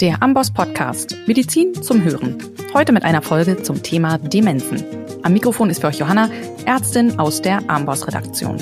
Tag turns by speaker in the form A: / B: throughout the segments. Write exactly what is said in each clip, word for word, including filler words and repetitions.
A: Der Amboss Podcast Medizin zum Hören. Heute mit einer Folge zum Thema Demenzen. Am Mikrofon ist für euch Johanna, Ärztin aus der Amboss-Redaktion.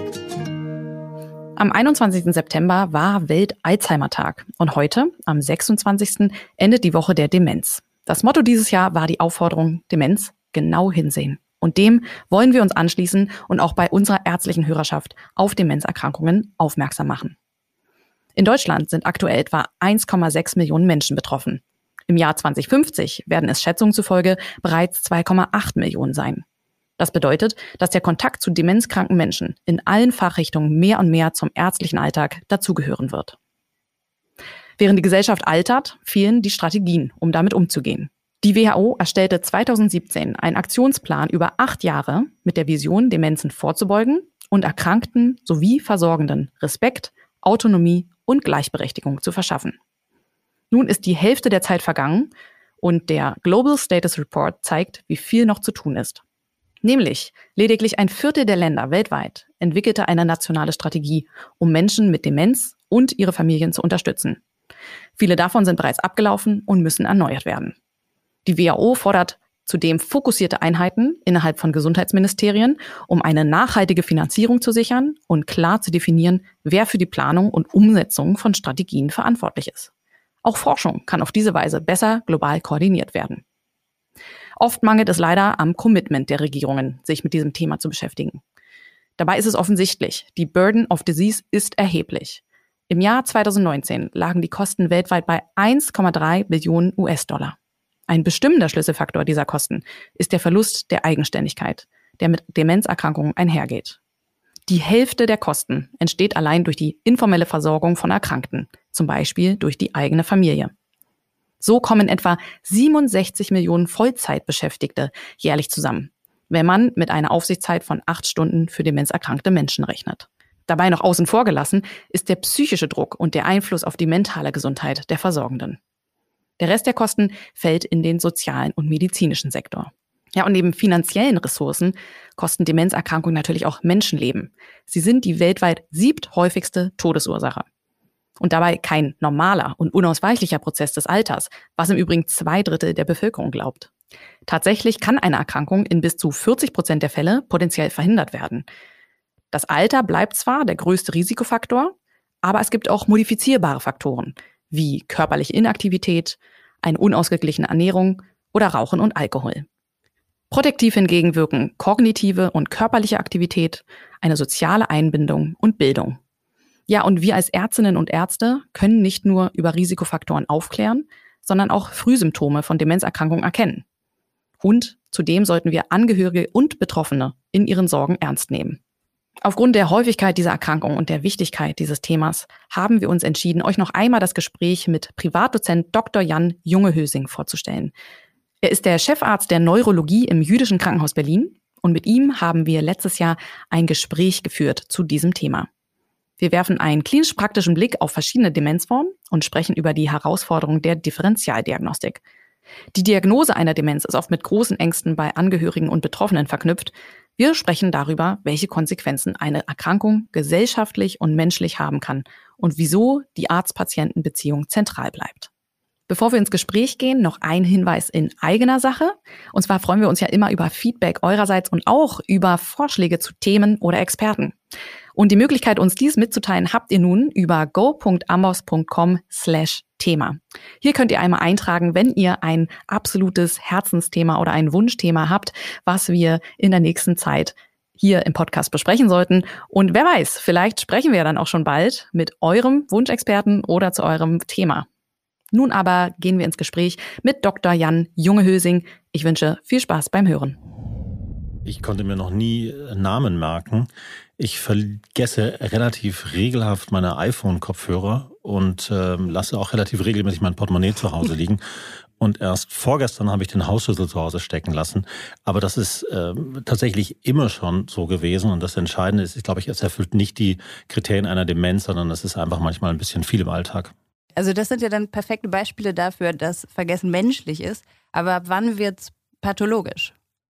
A: Am einundzwanzigsten September war Welt-Alzheimer-Tag und heute, am sechsundzwanzigsten endet die Woche der Demenz. Das Motto dieses Jahr war die Aufforderung Demenz, genau hinsehen. Und dem wollen wir uns anschließen und auch bei unserer ärztlichen Hörerschaft auf Demenzerkrankungen aufmerksam machen. In Deutschland sind aktuell etwa eins Komma sechs Millionen Menschen betroffen. Im Jahr zweitausendfünfzig werden es Schätzungen zufolge bereits zwei Komma acht Millionen sein. Das bedeutet, dass der Kontakt zu demenzkranken Menschen in allen Fachrichtungen mehr und mehr zum ärztlichen Alltag dazugehören wird. Während die Gesellschaft altert, fehlen die Strategien, um damit umzugehen. Die W H O erstellte zweitausendsiebzehn einen Aktionsplan über acht Jahre mit der Vision, Demenzen vorzubeugen und Erkrankten sowie Versorgenden Respekt, Autonomie und Gleichberechtigung zu verschaffen. Nun ist die Hälfte der Zeit vergangen und der Global Status Report zeigt, wie viel noch zu tun ist. Nämlich lediglich ein Viertel der Länder weltweit entwickelte eine nationale Strategie, um Menschen mit Demenz und ihre Familien zu unterstützen. Viele davon sind bereits abgelaufen und müssen erneuert werden. Die W H O fordert zudem fokussierte Einheiten innerhalb von Gesundheitsministerien, um eine nachhaltige Finanzierung zu sichern und klar zu definieren, wer für die Planung und Umsetzung von Strategien verantwortlich ist. Auch Forschung kann auf diese Weise besser global koordiniert werden. Oft mangelt es leider am Commitment der Regierungen, sich mit diesem Thema zu beschäftigen. Dabei ist es offensichtlich, die Burden of Disease ist erheblich. Im Jahr zweitausendneunzehn lagen die Kosten weltweit bei eins Komma drei Billionen U S-Dollar. Ein bestimmender Schlüsselfaktor dieser Kosten ist der Verlust der Eigenständigkeit, der mit Demenzerkrankungen einhergeht. Die Hälfte der Kosten entsteht allein durch die informelle Versorgung von Erkrankten, zum Beispiel durch die eigene Familie. So kommen etwa siebenundsechzig Millionen Vollzeitbeschäftigte jährlich zusammen, wenn man mit einer Aufsichtszeit von acht Stunden für demenzerkrankte Menschen rechnet. Dabei noch außen vor gelassen ist der psychische Druck und der Einfluss auf die mentale Gesundheit der Versorgenden. Der Rest der Kosten fällt in den sozialen und medizinischen Sektor. Ja, und neben finanziellen Ressourcen kosten Demenzerkrankungen natürlich auch Menschenleben. Sie sind die weltweit siebthäufigste Todesursache. Und dabei kein normaler und unausweichlicher Prozess des Alters, was im Übrigen zwei Drittel der Bevölkerung glaubt. Tatsächlich kann eine Erkrankung in bis zu vierzig Prozent der Fälle potenziell verhindert werden. Das Alter bleibt zwar der größte Risikofaktor, aber es gibt auch modifizierbare Faktoren, wie körperliche Inaktivität, eine unausgeglichene Ernährung oder Rauchen und Alkohol. Protektiv hingegen wirken kognitive und körperliche Aktivität, eine soziale Einbindung und Bildung. Ja, und wir als Ärztinnen und Ärzte können nicht nur über Risikofaktoren aufklären, sondern auch Frühsymptome von Demenzerkrankungen erkennen. Und zudem sollten wir Angehörige und Betroffene in ihren Sorgen ernst nehmen. Aufgrund der Häufigkeit dieser Erkrankung und der Wichtigkeit dieses Themas haben wir uns entschieden, euch noch einmal das Gespräch mit Privatdozent Doktor Jan Jungehösing vorzustellen. Er ist der Chefarzt der Neurologie im Jüdischen Krankenhaus Berlin und mit ihm haben wir letztes Jahr ein Gespräch geführt zu diesem Thema. Wir werfen einen klinisch-praktischen Blick auf verschiedene Demenzformen und sprechen über die Herausforderungen der Differentialdiagnostik. Die Diagnose einer Demenz ist oft mit großen Ängsten bei Angehörigen und Betroffenen verknüpft. Wir sprechen darüber, welche Konsequenzen eine Erkrankung gesellschaftlich und menschlich haben kann und wieso die Arzt-Patienten-Beziehung zentral bleibt. Bevor wir ins Gespräch gehen, noch ein Hinweis in eigener Sache. Und zwar freuen wir uns ja immer über Feedback eurerseits und auch über Vorschläge zu Themen oder Experten. Und die Möglichkeit, uns dies mitzuteilen, habt ihr nun über go punkt amboss punkt com slash Thema. Hier könnt ihr einmal eintragen, wenn ihr ein absolutes Herzensthema oder ein Wunschthema habt, was wir in der nächsten Zeit hier im Podcast besprechen sollten. Und wer weiß, vielleicht sprechen wir dann auch schon bald mit eurem Wunschexperten oder zu eurem Thema. Nun aber gehen wir ins Gespräch mit Doktor Jan Jungehösing. Ich wünsche viel Spaß beim Hören.
B: Ich konnte mir noch nie Namen merken. Ich vergesse relativ regelhaft meine iPhone-Kopfhörer und äh, lasse auch relativ regelmäßig mein Portemonnaie zu Hause liegen. Und erst vorgestern habe ich den Hausschlüssel zu Hause stecken lassen. Aber das ist äh, tatsächlich immer schon so gewesen. Und das Entscheidende ist, ich glaube, es erfüllt nicht die Kriterien einer Demenz, sondern es ist einfach manchmal ein bisschen viel im Alltag.
C: Also das sind ja dann perfekte Beispiele dafür, dass Vergessen menschlich ist. Aber wann wird es pathologisch?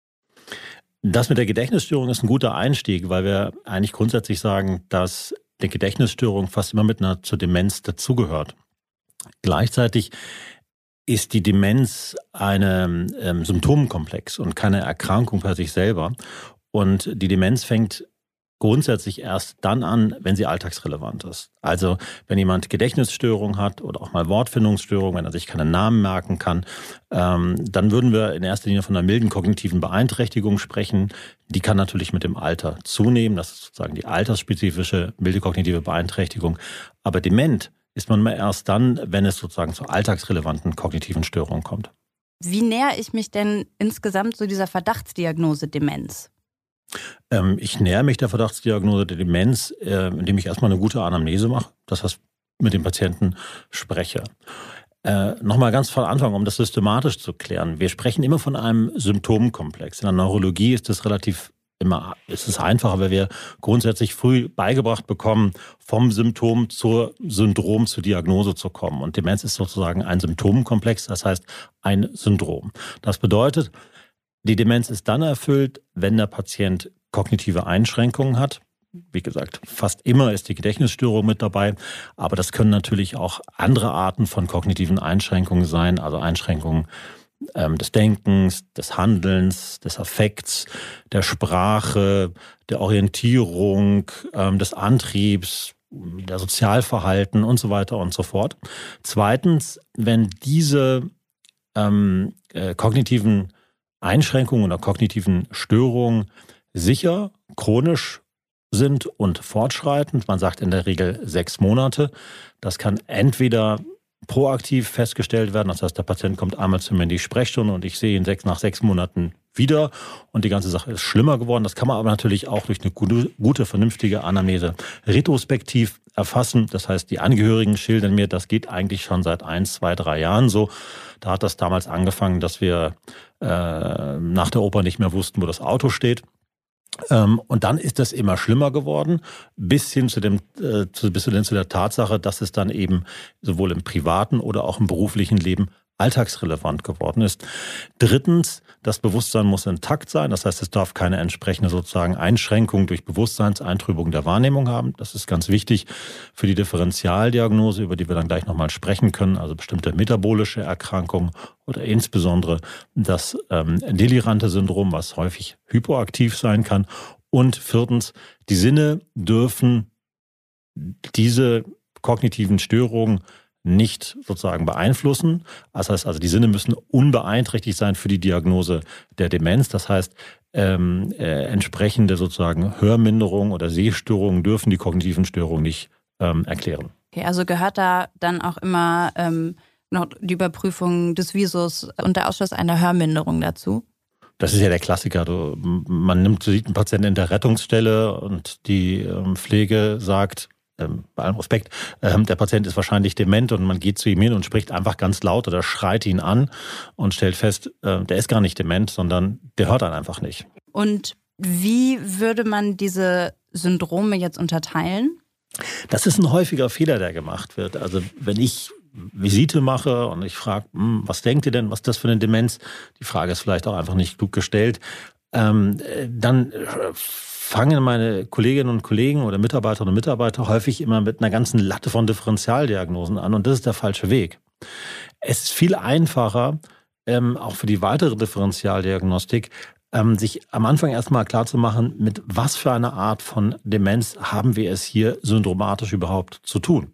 B: Das mit der Gedächtnisstörung ist ein guter Einstieg, weil wir eigentlich grundsätzlich sagen, dass eine Gedächtnisstörung fast immer mit einer zur Demenz dazugehört. Gleichzeitig ist die Demenz ein ähm, Symptomkomplex und keine Erkrankung per sich selber. Und die Demenz fängt grundsätzlich erst dann an, wenn sie alltagsrelevant ist. Also wenn jemand Gedächtnisstörung hat oder auch mal Wortfindungsstörung, wenn er sich keine Namen merken kann, ähm, dann würden wir in erster Linie von einer milden kognitiven Beeinträchtigung sprechen. Die kann natürlich mit dem Alter zunehmen. Das ist sozusagen die altersspezifische milde kognitive Beeinträchtigung. Aber dement ist man immer erst dann, wenn es sozusagen zu alltagsrelevanten kognitiven Störungen kommt.
C: Wie nähere ich mich denn insgesamt so dieser Verdachtsdiagnose Demenz?
B: Ähm, ich nähere mich der Verdachtsdiagnose der Demenz, äh, indem ich erstmal eine gute Anamnese mache, das heißt mit dem Patienten spreche. Äh, Nochmal ganz von Anfang, um das systematisch zu klären. Wir sprechen immer von einem Symptomkomplex. In der Neurologie ist das relativ immer, ist es einfacher, weil wir grundsätzlich früh beigebracht bekommen, vom Symptom zur Syndrom zur Diagnose zu kommen. Und Demenz ist sozusagen ein Symptomkomplex, das heißt ein Syndrom. Das bedeutet, die Demenz ist dann erfüllt, wenn der Patient kognitive Einschränkungen hat. Wie gesagt, fast immer ist die Gedächtnisstörung mit dabei, aber das können natürlich auch andere Arten von kognitiven Einschränkungen sein, also Einschränkungen ähm, des Denkens, des Handelns, des Affekts, der Sprache, der Orientierung, ähm, des Antriebs, der Sozialverhalten und so weiter und so fort. Zweitens, wenn diese ähm, äh, kognitiven Einschränkungen oder kognitiven Störungen sicher, chronisch sind und fortschreitend. Man sagt in der Regel sechs Monate. Das kann entweder proaktiv festgestellt werden, das heißt, der Patient kommt einmal zu mir in die Sprechstunde und ich sehe ihn sechs, nach sechs Monaten wieder und die ganze Sache ist schlimmer geworden. Das kann man aber natürlich auch durch eine gute, gute vernünftige Anamnese retrospektiv erfassen. Das heißt, die Angehörigen schildern mir, das geht eigentlich schon seit eins, zwei, drei Jahren so. Da hat das damals angefangen, dass wir äh, nach der Oper nicht mehr wussten, wo das Auto steht. Ähm, und dann ist das immer schlimmer geworden, bis hin zu dem, äh, zu, bis hin zu der Tatsache, dass es dann eben sowohl im privaten oder auch im beruflichen Leben alltagsrelevant geworden ist. Drittens, das Bewusstsein muss intakt sein. Das heißt, es darf keine entsprechende sozusagen Einschränkung durch Bewusstseinseintrübung der Wahrnehmung haben. Das ist ganz wichtig für die Differentialdiagnose, über die wir dann gleich nochmal sprechen können, also bestimmte metabolische Erkrankungen oder insbesondere das ähm, delirante Syndrom, was häufig hypoaktiv sein kann. Und viertens, die Sinne dürfen diese kognitiven Störungen nicht sozusagen beeinflussen. Das heißt also, die Sinne müssen unbeeinträchtigt sein für die Diagnose der Demenz. Das heißt, ähm, äh, entsprechende sozusagen Hörminderungen oder Sehstörungen dürfen die kognitiven Störungen nicht ähm, erklären.
C: Okay, also gehört da dann auch immer ähm, noch die Überprüfung des Visus und der Ausschluss einer Hörminderung dazu?
B: Das ist ja der Klassiker. Du, man nimmt, sieht einen Patienten in der Rettungsstelle und die ähm, Pflege sagt, Ähm, bei allem Respekt, ähm, der Patient ist wahrscheinlich dement und man geht zu ihm hin und spricht einfach ganz laut oder schreit ihn an und stellt fest, äh, der ist gar nicht dement, sondern der hört einen einfach nicht.
C: Und wie würde man diese Syndrome jetzt unterteilen?
B: Das ist ein häufiger Fehler, der gemacht wird. Also wenn ich Visite mache und ich frage, was denkt ihr denn, was ist das für eine Demenz? Die Frage ist vielleicht auch einfach nicht klug gestellt. Ähm, dann fangen meine Kolleginnen und Kollegen oder Mitarbeiterinnen und Mitarbeiter häufig immer mit einer ganzen Latte von Differentialdiagnosen an und das ist der falsche Weg. Es ist viel einfacher, ähm, auch für die weitere Differentialdiagnostik, ähm, sich am Anfang erstmal klar zu machen, mit was für einer Art von Demenz haben wir es hier syndromatisch überhaupt zu tun.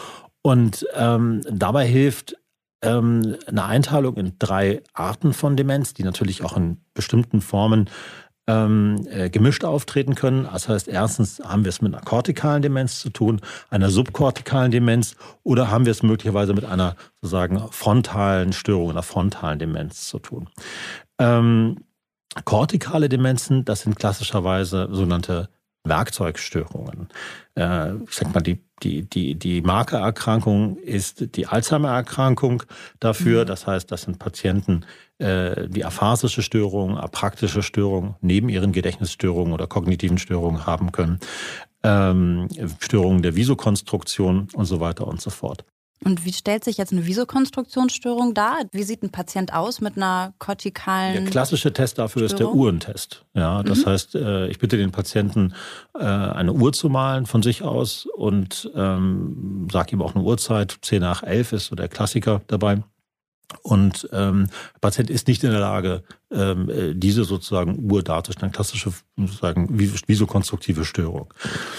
B: Und ähm, dabei hilft ähm, eine Einteilung in drei Arten von Demenz, die natürlich auch in bestimmten Formen Ähm, äh, gemischt auftreten können. Das heißt, erstens haben wir es mit einer kortikalen Demenz zu tun, einer subkortikalen Demenz oder haben wir es möglicherweise mit einer sozusagen frontalen Störung, einer frontalen Demenz zu tun. Ähm, kortikale Demenzen, das sind klassischerweise sogenannte Werkzeugstörungen. Äh, ich sag mal, die Die, die, die Markererkrankung ist die Alzheimer-Erkrankung dafür. Das heißt, das sind Patienten, äh, die aphasische Störungen, apraktische Störungen neben ihren Gedächtnisstörungen oder kognitiven Störungen haben können. Ähm, Störungen der Visokonstruktion und so weiter und so fort.
C: Und wie stellt sich jetzt eine Vasokonstruktionsstörung dar? Wie sieht ein Patient aus mit einer kortikalen
B: Der klassische Test dafür
C: Störung?
B: ist der Uhrentest. Ja, das mhm. heißt, ich bitte den Patienten, eine Uhr zu malen von sich aus und ähm, sage ihm auch eine Uhrzeit. Zehn nach elf ist so der Klassiker dabei. Und ähm, der Patient ist nicht in der Lage, ähm, diese sozusagen Uhr darzustellen. Klassische sozusagen vasokonstruktive Störung.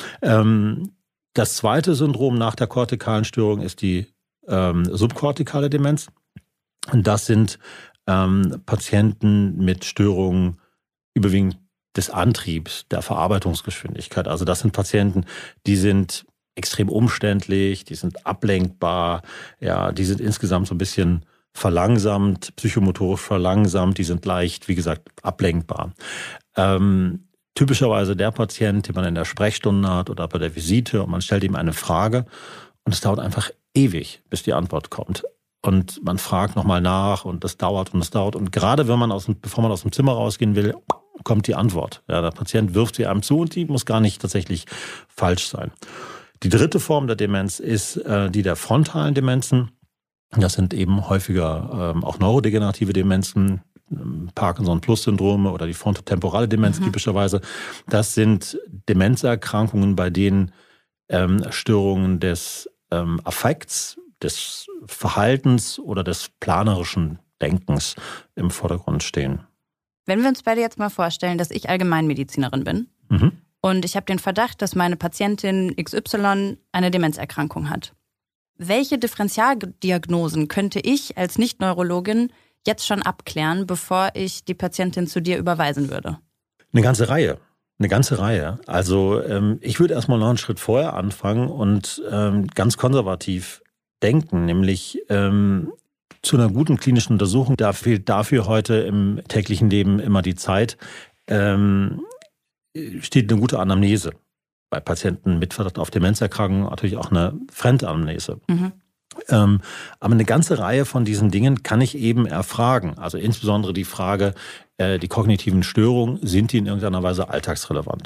B: Ähm, das zweite Syndrom nach der kortikalen Störung ist die ähm, subkortikale Demenz. Und das sind ähm, Patienten mit Störungen überwiegend des Antriebs, der Verarbeitungsgeschwindigkeit. Also das sind Patienten, die sind extrem umständlich, die sind ablenkbar, ja, die sind insgesamt so ein bisschen verlangsamt, psychomotorisch verlangsamt, die sind leicht, wie gesagt, ablenkbar. Ähm, typischerweise der Patient, den man in der Sprechstunde hat oder bei der Visite und man stellt ihm eine Frage und es dauert einfach ewig, bis die Antwort kommt. Und man fragt nochmal nach und das dauert und es dauert. Und gerade wenn man aus dem, bevor man aus dem Zimmer rausgehen will, kommt die Antwort. Ja, der Patient wirft sie einem zu und die muss gar nicht tatsächlich falsch sein. Die dritte Form der Demenz ist äh, die der frontalen Demenzen. Das sind eben häufiger ähm, auch neurodegenerative Demenzen, Parkinson-Plus-Syndrome oder die frontotemporale Demenz mhm. typischerweise. Das sind Demenzerkrankungen, bei denen ähm, Störungen des ähm, Affekts, des Verhaltens oder des planerischen Denkens im Vordergrund stehen.
C: Wenn wir uns beide jetzt mal vorstellen, dass ich Allgemeinmedizinerin bin mhm. und ich habe den Verdacht, dass meine Patientin X Y eine Demenzerkrankung hat. Welche Differentialdiagnosen könnte ich als Nicht-Neurologin jetzt schon abklären, bevor ich die Patientin zu dir überweisen würde?
B: Eine ganze Reihe. Eine ganze Reihe. Also ähm, ich würde erstmal noch einen Schritt vorher anfangen und ähm, ganz konservativ denken, nämlich ähm, zu einer guten klinischen Untersuchung. Da fehlt dafür heute im täglichen Leben immer die Zeit. Ähm, steht eine gute Anamnese. Bei Patienten mit Verdacht auf Demenzerkrankungen natürlich auch eine Fremdanamnese. Mhm. Ähm, aber eine ganze Reihe von diesen Dingen kann ich eben erfragen. Also insbesondere die Frage, äh, die kognitiven Störungen, sind die in irgendeiner Weise alltagsrelevant?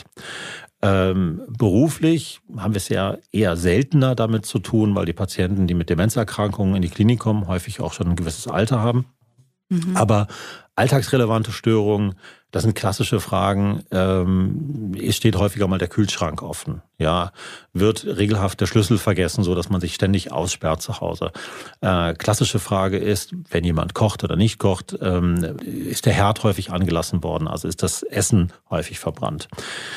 B: Ähm, beruflich haben wir es ja eher seltener damit zu tun, weil die Patienten, die mit Demenzerkrankungen in die Klinik kommen, häufig auch schon ein gewisses Alter haben. Mhm. Aber alltagsrelevante Störungen, das sind klassische Fragen. Ähm, es steht häufiger mal der Kühlschrank offen. Ja, wird regelhaft der Schlüssel vergessen, so dass man sich ständig aussperrt zu Hause. Äh, klassische Frage ist, wenn jemand kocht oder nicht kocht, ähm, ist der Herd häufig angelassen worden? Also ist das Essen häufig verbrannt?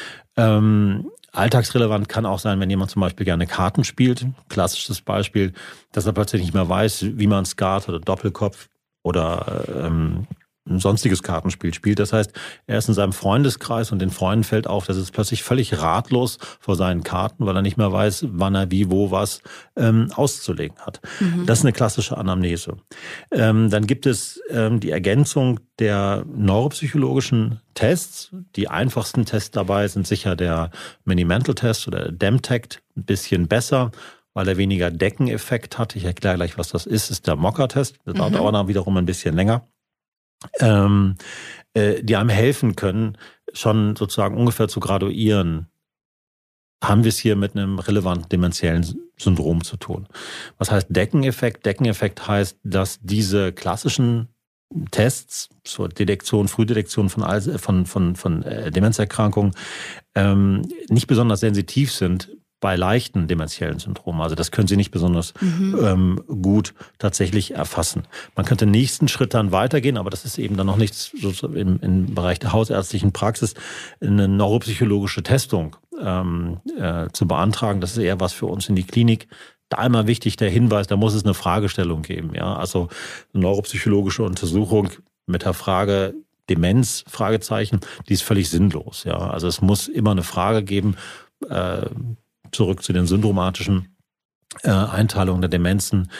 B: Ähm, alltagsrelevant kann auch sein, wenn jemand zum Beispiel gerne Karten spielt. Klassisches Beispiel, dass er plötzlich nicht mehr weiß, wie man Skat oder Doppelkopf oder ähm, ein sonstiges Kartenspiel spielt. Das heißt, er ist in seinem Freundeskreis und den Freunden fällt auf, dass es plötzlich völlig ratlos vor seinen Karten, weil er nicht mehr weiß, wann er wie, wo, was ähm, auszulegen hat. Mhm. Das ist eine klassische Anamnese. Ähm, dann gibt es ähm, die Ergänzung der neuropsychologischen Tests. Die einfachsten Tests dabei sind sicher der Mini-Mental-Test oder der DEMTECT, ein bisschen besser, weil er weniger Deckeneffekt hat. Ich erkläre gleich, was das ist. Das ist der Mocker-Test. Das dauert mhm. aber wiederum ein bisschen länger. Ähm, äh, die einem helfen können, schon sozusagen ungefähr zu graduieren, haben wir es hier mit einem relevanten dementiellen Syndrom zu tun. Was heißt Deckeneffekt? Deckeneffekt heißt, dass diese klassischen Tests zur Detektion, Frühdetektion von, von, von, von äh, Demenzerkrankungen ähm, nicht besonders sensitiv sind bei leichten dementiellen Syndromen. Also das können Sie nicht besonders mhm. ähm, gut tatsächlich erfassen. Man könnte den nächsten Schritt dann weitergehen, aber das ist eben dann noch nichts so im, im Bereich der hausärztlichen Praxis, eine neuropsychologische Testung ähm, äh, zu beantragen. Das ist eher was für uns in die Klinik. Da immer wichtig der Hinweis, da muss es eine Fragestellung geben. Ja, also eine neuropsychologische Untersuchung mit der Frage Demenz, Fragezeichen, die ist völlig sinnlos. Ja, also es muss immer eine Frage geben, äh, zurück zu den syndromatischen äh, Einteilungen der Demenzen.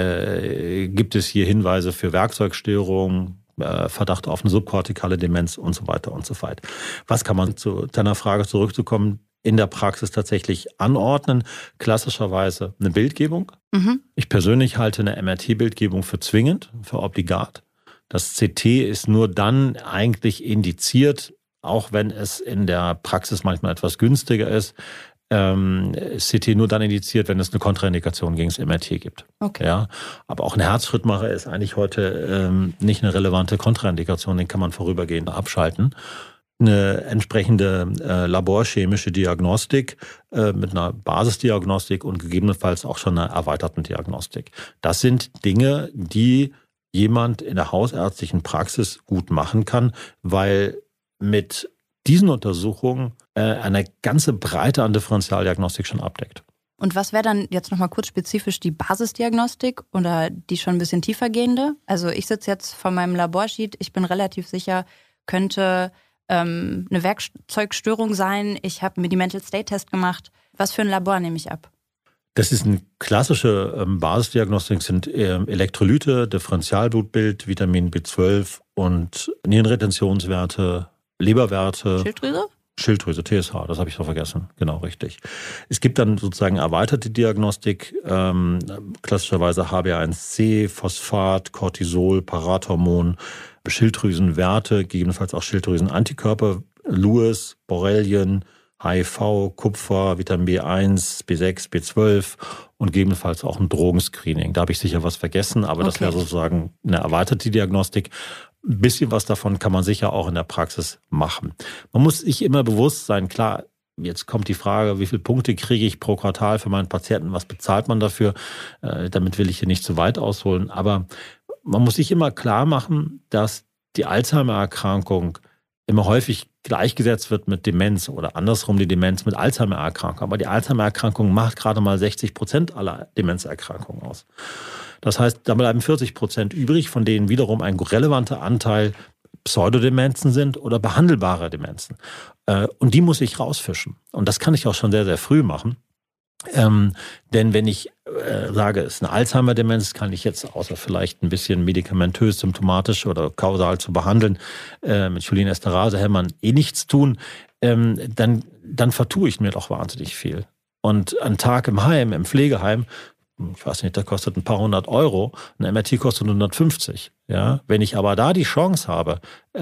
B: Äh, gibt es hier Hinweise für Werkzeugstörungen, äh, Verdacht auf eine subkortikale Demenz und so weiter und so fort. Was kann man zu deiner Frage zurückzukommen in der Praxis tatsächlich anordnen? Klassischerweise eine Bildgebung. Mhm. Ich persönlich halte eine M R T-Bildgebung für zwingend, für obligat. Das C T ist nur dann eigentlich indiziert, auch wenn es in der Praxis manchmal etwas günstiger ist, ähm, C T nur dann indiziert, wenn es eine Kontraindikation gegen das M R T gibt.
C: Okay.
B: Ja, aber auch ein Herzschrittmacher ist eigentlich heute ähm, nicht eine relevante Kontraindikation, den kann man vorübergehend abschalten. Eine entsprechende äh, laborchemische Diagnostik äh, mit einer Basisdiagnostik und gegebenenfalls auch schon einer erweiterten Diagnostik. Das sind Dinge, die jemand in der hausärztlichen Praxis gut machen kann, weil mit diesen Untersuchungen äh, eine ganze Breite an Differentialdiagnostik schon abdeckt.
C: Und was wäre dann jetzt nochmal kurz spezifisch die Basisdiagnostik oder die schon ein bisschen tiefer gehende? Also ich sitze jetzt vor meinem Laborsheet, ich bin relativ sicher, könnte ähm, eine Werkzeugstörung sein. Ich habe mir die Mental State Test gemacht. Was für ein Labor nehme ich ab?
B: Das ist eine klassische ähm, Basisdiagnostik, sind ähm, Elektrolyte, Differentialblutbild, Vitamin B zwölf und Nierenretentionswerte, Leberwerte.
C: Schilddrüse?
B: Schilddrüse, T S H, das habe ich doch vergessen. Genau, richtig. Es gibt dann sozusagen erweiterte Diagnostik, ähm, klassischerweise H b A eins C, Phosphat, Cortisol, Parathormon, Schilddrüsenwerte, gegebenenfalls auch Schilddrüsenantikörper, Lewis, Borrelien, H I V, Kupfer, Vitamin B eins, B sechs, B zwölf und gegebenenfalls auch ein Drogenscreening. Da habe ich sicher was vergessen, aber das
C: okay.
B: wäre sozusagen eine erweiterte Diagnostik. Ein bisschen was davon kann man sicher auch in der Praxis machen. Man muss sich immer bewusst sein, klar, jetzt kommt die Frage, wie viele Punkte kriege ich pro Quartal für meinen Patienten, was bezahlt man dafür? Äh, damit will ich hier nicht zu weit ausholen, aber man muss sich immer klar machen, dass die Alzheimer-Erkrankung immer häufig gleichgesetzt wird mit Demenz oder andersrum die Demenz mit Alzheimer-Erkrankung. Aber die Alzheimer-Erkrankung macht gerade mal sechzig Prozent aller Demenzerkrankungen aus. Das heißt, da bleiben vierzig Prozent übrig, von denen wiederum ein relevanter Anteil Pseudodemenzen sind oder behandelbare Demenzen. Und die muss ich rausfischen. Und das kann ich auch schon sehr, sehr früh machen. Ähm, denn wenn ich äh, sage, es ist eine Alzheimer-Demenz, kann ich jetzt außer vielleicht ein bisschen medikamentös, symptomatisch oder kausal zu behandeln, äh, mit Cholinesterase-Hämmern eh nichts tun, ähm, dann, dann vertue ich mir doch wahnsinnig viel. Und ein Tag im Heim, im Pflegeheim, ich weiß nicht, der kostet ein paar hundert Euro, ein M R T kostet hundertfünfzig. Ja? Wenn ich aber da die Chance habe, äh,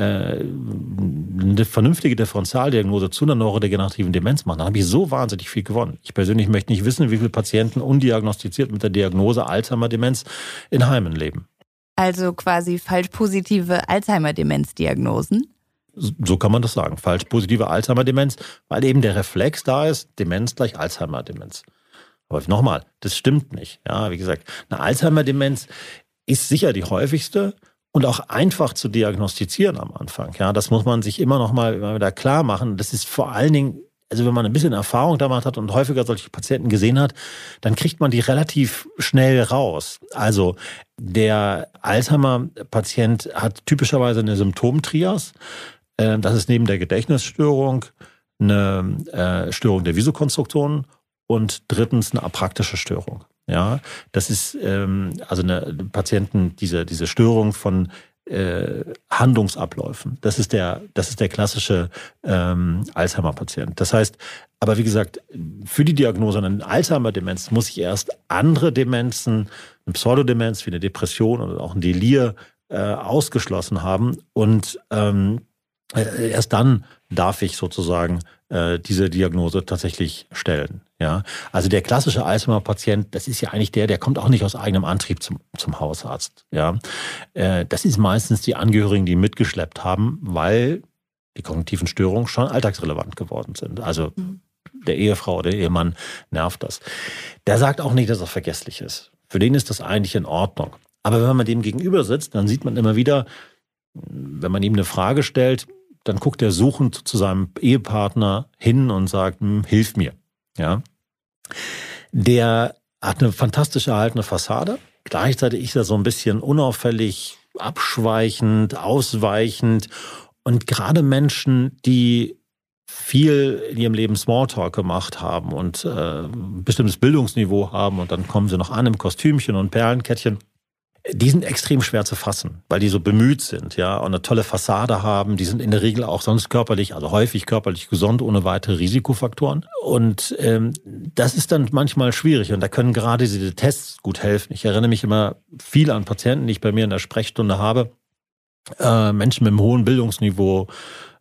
B: eine vernünftige Differentialdiagnose zu einer neurodegenerativen Demenz machen, dann habe ich so wahnsinnig viel gewonnen. Ich persönlich möchte nicht wissen, wie viele Patienten undiagnostiziert mit der Diagnose Alzheimer-Demenz in Heimen leben.
C: Also quasi falsch positive Alzheimer-Demenz-Diagnosen?
B: So kann man das sagen. Falsch positive Alzheimer-Demenz, weil eben der Reflex da ist, Demenz gleich Alzheimer-Demenz. Aber nochmal, das stimmt nicht. Ja, wie gesagt, eine Alzheimer-Demenz ist sicher die häufigste und auch einfach zu diagnostizieren am Anfang. Ja, das muss man sich immer noch mal immer wieder klar machen. Das ist vor allen Dingen, also wenn man ein bisschen Erfahrung damit hat und häufiger solche Patienten gesehen hat, dann kriegt man die relativ schnell raus. Also der Alzheimer-Patient hat typischerweise eine Symptomtrias. Das ist neben der Gedächtnisstörung eine äh, Störung der Visokonstruktion und drittens eine apraktische Störung. Ja, das ist ähm, also eine Patienten diese diese Störung von äh, Handlungsabläufen. Das ist der das ist der klassische ähm, Alzheimer-Patient. Das heißt, aber wie gesagt, für die Diagnose einer Alzheimer-Demenz muss ich erst andere Demenzen, eine Pseudodemenz wie eine Depression oder auch ein Delir äh, ausgeschlossen haben und ähm, äh, erst dann darf ich sozusagen äh, diese Diagnose tatsächlich stellen. Ja, also der klassische Alzheimer-Patient, das ist ja eigentlich der, der kommt auch nicht aus eigenem Antrieb zum, zum Hausarzt. Ja, äh, das ist meistens die Angehörigen, die ihn mitgeschleppt haben, weil die kognitiven Störungen schon alltagsrelevant geworden sind. Also mhm. der Ehefrau oder der Ehemann nervt das. Der sagt auch nicht, dass er vergesslich ist. Für den ist das eigentlich in Ordnung. Aber wenn man dem gegenüber sitzt, dann sieht man immer wieder, wenn man ihm eine Frage stellt, dann guckt er suchend zu seinem Ehepartner hin und sagt, hm, hilf mir. Ja, der hat eine fantastisch erhaltene Fassade. Gleichzeitig ist er so ein bisschen unauffällig, abschweichend, ausweichend. Und gerade Menschen, die viel in ihrem Leben Smalltalk gemacht haben und äh, ein bestimmtes Bildungsniveau haben und dann kommen sie noch an im Kostümchen und Perlenkettchen, die sind extrem schwer zu fassen, weil die so bemüht sind, ja, und eine tolle Fassade haben. Die sind in der Regel auch sonst körperlich, also häufig körperlich gesund, ohne weitere Risikofaktoren. Und ähm, das ist dann manchmal schwierig. Und da können gerade diese Tests gut helfen. Ich erinnere mich immer viel an Patienten, die ich bei mir in der Sprechstunde habe. Äh, Menschen mit einem hohen Bildungsniveau,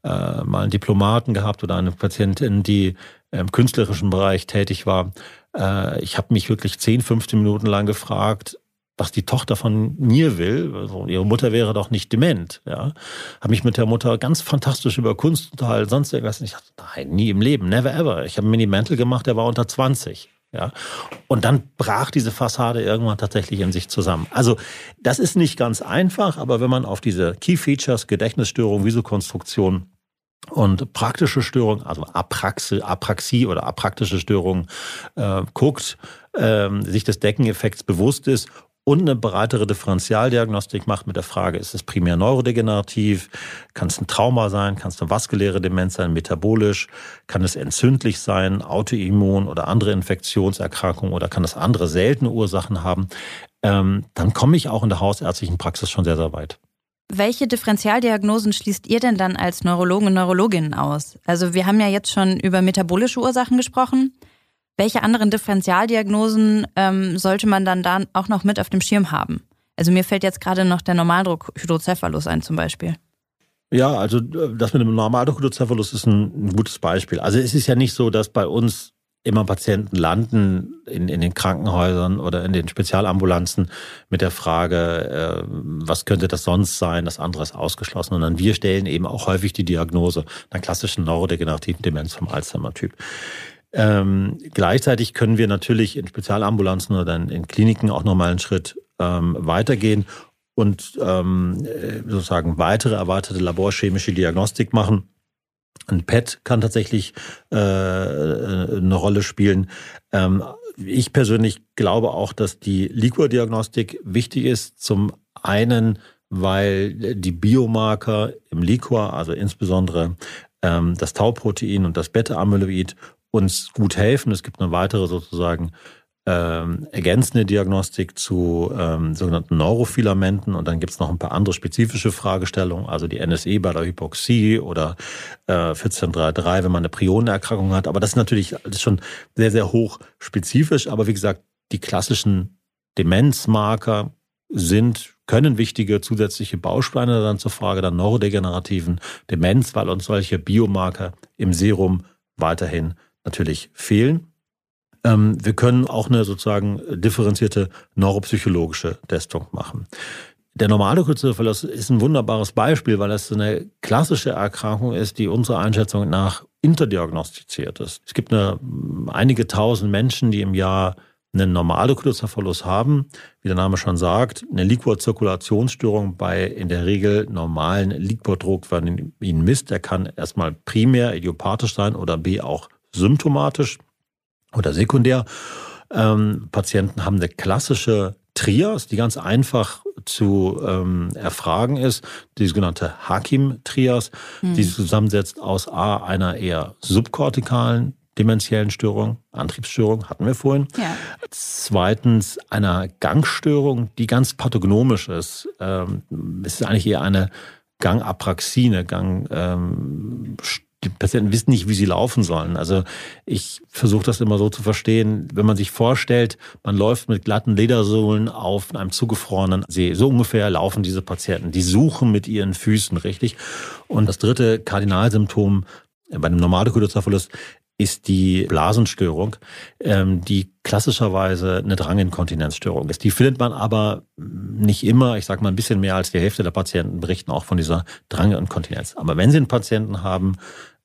B: äh, mal einen Diplomaten gehabt oder eine Patientin, die im künstlerischen Bereich tätig war. Äh, ich habe mich wirklich zehn, fünfzehn Minuten lang gefragt, was die Tochter von mir will. Also ihre Mutter wäre doch nicht dement. Ja, habe mich mit der Mutter ganz fantastisch über Kunst unterhalten, sonst irgendwas. Und ich dachte, nein, nie im Leben, never ever. Ich habe einen Mini-Mantle gemacht, der war unter zwanzig. Ja, und dann brach diese Fassade irgendwann tatsächlich in sich zusammen. Also das ist nicht ganz einfach, aber wenn man auf diese Key Features, Gedächtnisstörung, Visokonstruktion und praktische Störung, also Apraxie, Apraxie oder apraktische Störung äh, guckt, äh, sich des Deckeneffekts bewusst ist und eine breitere Differentialdiagnostik macht mit der Frage, ist es primär neurodegenerativ, kann es ein Trauma sein, kann es eine vaskuläre Demenz sein, metabolisch, kann es entzündlich sein, autoimmun oder andere Infektionserkrankungen oder kann es andere seltene Ursachen haben, ähm, dann komme ich auch in der hausärztlichen Praxis schon sehr, sehr weit.
C: Welche Differentialdiagnosen schließt ihr denn dann als Neurologen und Neurologinnen aus? Also wir haben ja jetzt schon über metabolische Ursachen gesprochen. Welche anderen Differentialdiagnosen ähm, sollte man dann da auch noch mit auf dem Schirm haben? Also mir fällt jetzt gerade noch der Normaldruck-Hydrocephalus ein zum Beispiel.
B: Ja, also das mit dem Normaldruck-Hydrocephalus ist ein, ein gutes Beispiel. Also es ist ja nicht so, dass bei uns immer Patienten landen in, in den Krankenhäusern oder in den Spezialambulanzen mit der Frage, äh, was könnte das sonst sein, das andere ist ausgeschlossen. Und dann wir stellen eben auch häufig die Diagnose einer klassischen neurodegenerativen Demenz vom Alzheimer-Typ. Ähm, gleichzeitig können wir natürlich in Spezialambulanzen oder in, in Kliniken auch nochmal einen Schritt ähm, weitergehen und ähm, sozusagen weitere erweiterte laborchemische Diagnostik machen. Ein P E T kann tatsächlich äh, eine Rolle spielen. Ähm, ich persönlich glaube auch, dass die Liquor-Diagnostik wichtig ist. Zum einen, weil die Biomarker im Liquor, also insbesondere ähm, das Tau-Protein und das Beta-Amyloid, uns gut helfen. Es gibt eine weitere sozusagen ähm, ergänzende Diagnostik zu ähm, sogenannten Neurofilamenten und dann gibt es noch ein paar andere spezifische Fragestellungen, also die N S E bei der Hypoxie oder äh, vierzehn drei drei, wenn man eine Prionenerkrankung hat. Aber das ist natürlich das ist schon sehr, sehr hoch spezifisch. Aber wie gesagt, die klassischen Demenzmarker sind, können wichtige zusätzliche Bausteine dann zur Frage der neurodegenerativen Demenz, weil uns solche Biomarker im Serum weiterhin natürlich fehlen. Ähm, wir können auch eine sozusagen differenzierte neuropsychologische Testung machen. Der Normaldruck-Hydrocephalus ist ein wunderbares Beispiel, weil das eine klassische Erkrankung ist, die unserer Einschätzung nach interdiagnostiziert ist. Es gibt eine, einige tausend Menschen, die im Jahr einen Normaldruck-Hydrocephalus haben, wie der Name schon sagt, eine Liquorzirkulationsstörung bei in der Regel normalen Liquordruck, wenn man ihn misst. Der kann erstmal primär idiopathisch sein oder B auch symptomatisch oder sekundär. Ähm, Patienten haben eine klassische Trias, die ganz einfach zu ähm, erfragen ist, die sogenannte Hakim-Trias, mhm. die sich zusammensetzt aus A, einer eher subkortikalen dementiellen Störung, Antriebsstörung, hatten wir vorhin. Ja. Zweitens einer Gangstörung, die ganz pathognomisch ist. Ähm, es ist eigentlich eher eine Gangapraxie, eine Gang, ähm, die Patienten wissen nicht, wie sie laufen sollen. Also ich versuche das immer so zu verstehen, wenn man sich vorstellt, man läuft mit glatten Ledersohlen auf einem zugefrorenen See. So ungefähr laufen diese Patienten. Die suchen mit ihren Füßen, richtig? Und das dritte Kardinalsymptom bei dem Normaldruck-Hydrocephalus ist die Blasenstörung, die klassischerweise eine Dranginkontinenzstörung ist. Die findet man aber nicht immer. Ich sage mal, ein bisschen mehr als die Hälfte der Patienten berichten auch von dieser Dranginkontinenz. Aber wenn Sie einen Patienten haben,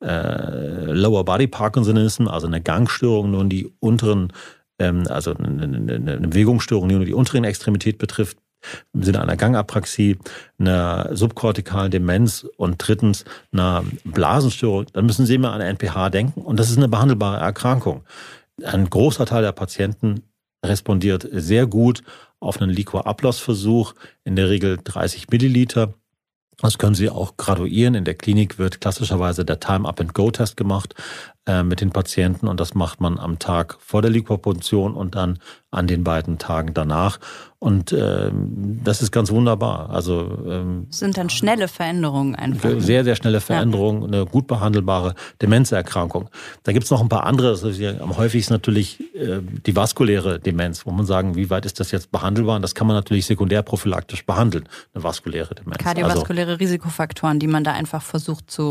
B: äh, Lower Body Parkinsonism, also eine Gangstörung, nur die unteren, ähm, also eine, eine, eine Bewegungsstörung, die nur die unteren Extremität betrifft, im Sinne einer Gangapraxie, einer subkortikalen Demenz und drittens einer Blasenstörung, dann müssen Sie immer an N P H denken und das ist eine behandelbare Erkrankung. Ein großer Teil der Patienten respondiert sehr gut auf einen Liquor-Ablassversuch, in der Regel dreißig Milliliter. Das können Sie auch graduieren. In der Klinik wird klassischerweise der Time-Up-and-Go-Test gemacht äh, mit den Patienten und das macht man am Tag vor der Liquorpunktion und dann an den beiden Tagen danach. Und ähm, das ist ganz wunderbar. Also ähm,
C: das sind dann schnelle Veränderungen einfach.
B: Sehr, sehr schnelle Veränderungen, ja. Eine gut behandelbare Demenzerkrankung. Da gibt es noch ein paar andere. Das ist ja am häufigsten natürlich äh, die vaskuläre Demenz, wo man sagen, wie weit ist das jetzt behandelbar? Und das kann man natürlich sekundärprophylaktisch behandeln, eine vaskuläre Demenz.
C: Kardiovaskuläre also, Risikofaktoren, die man da einfach versucht zu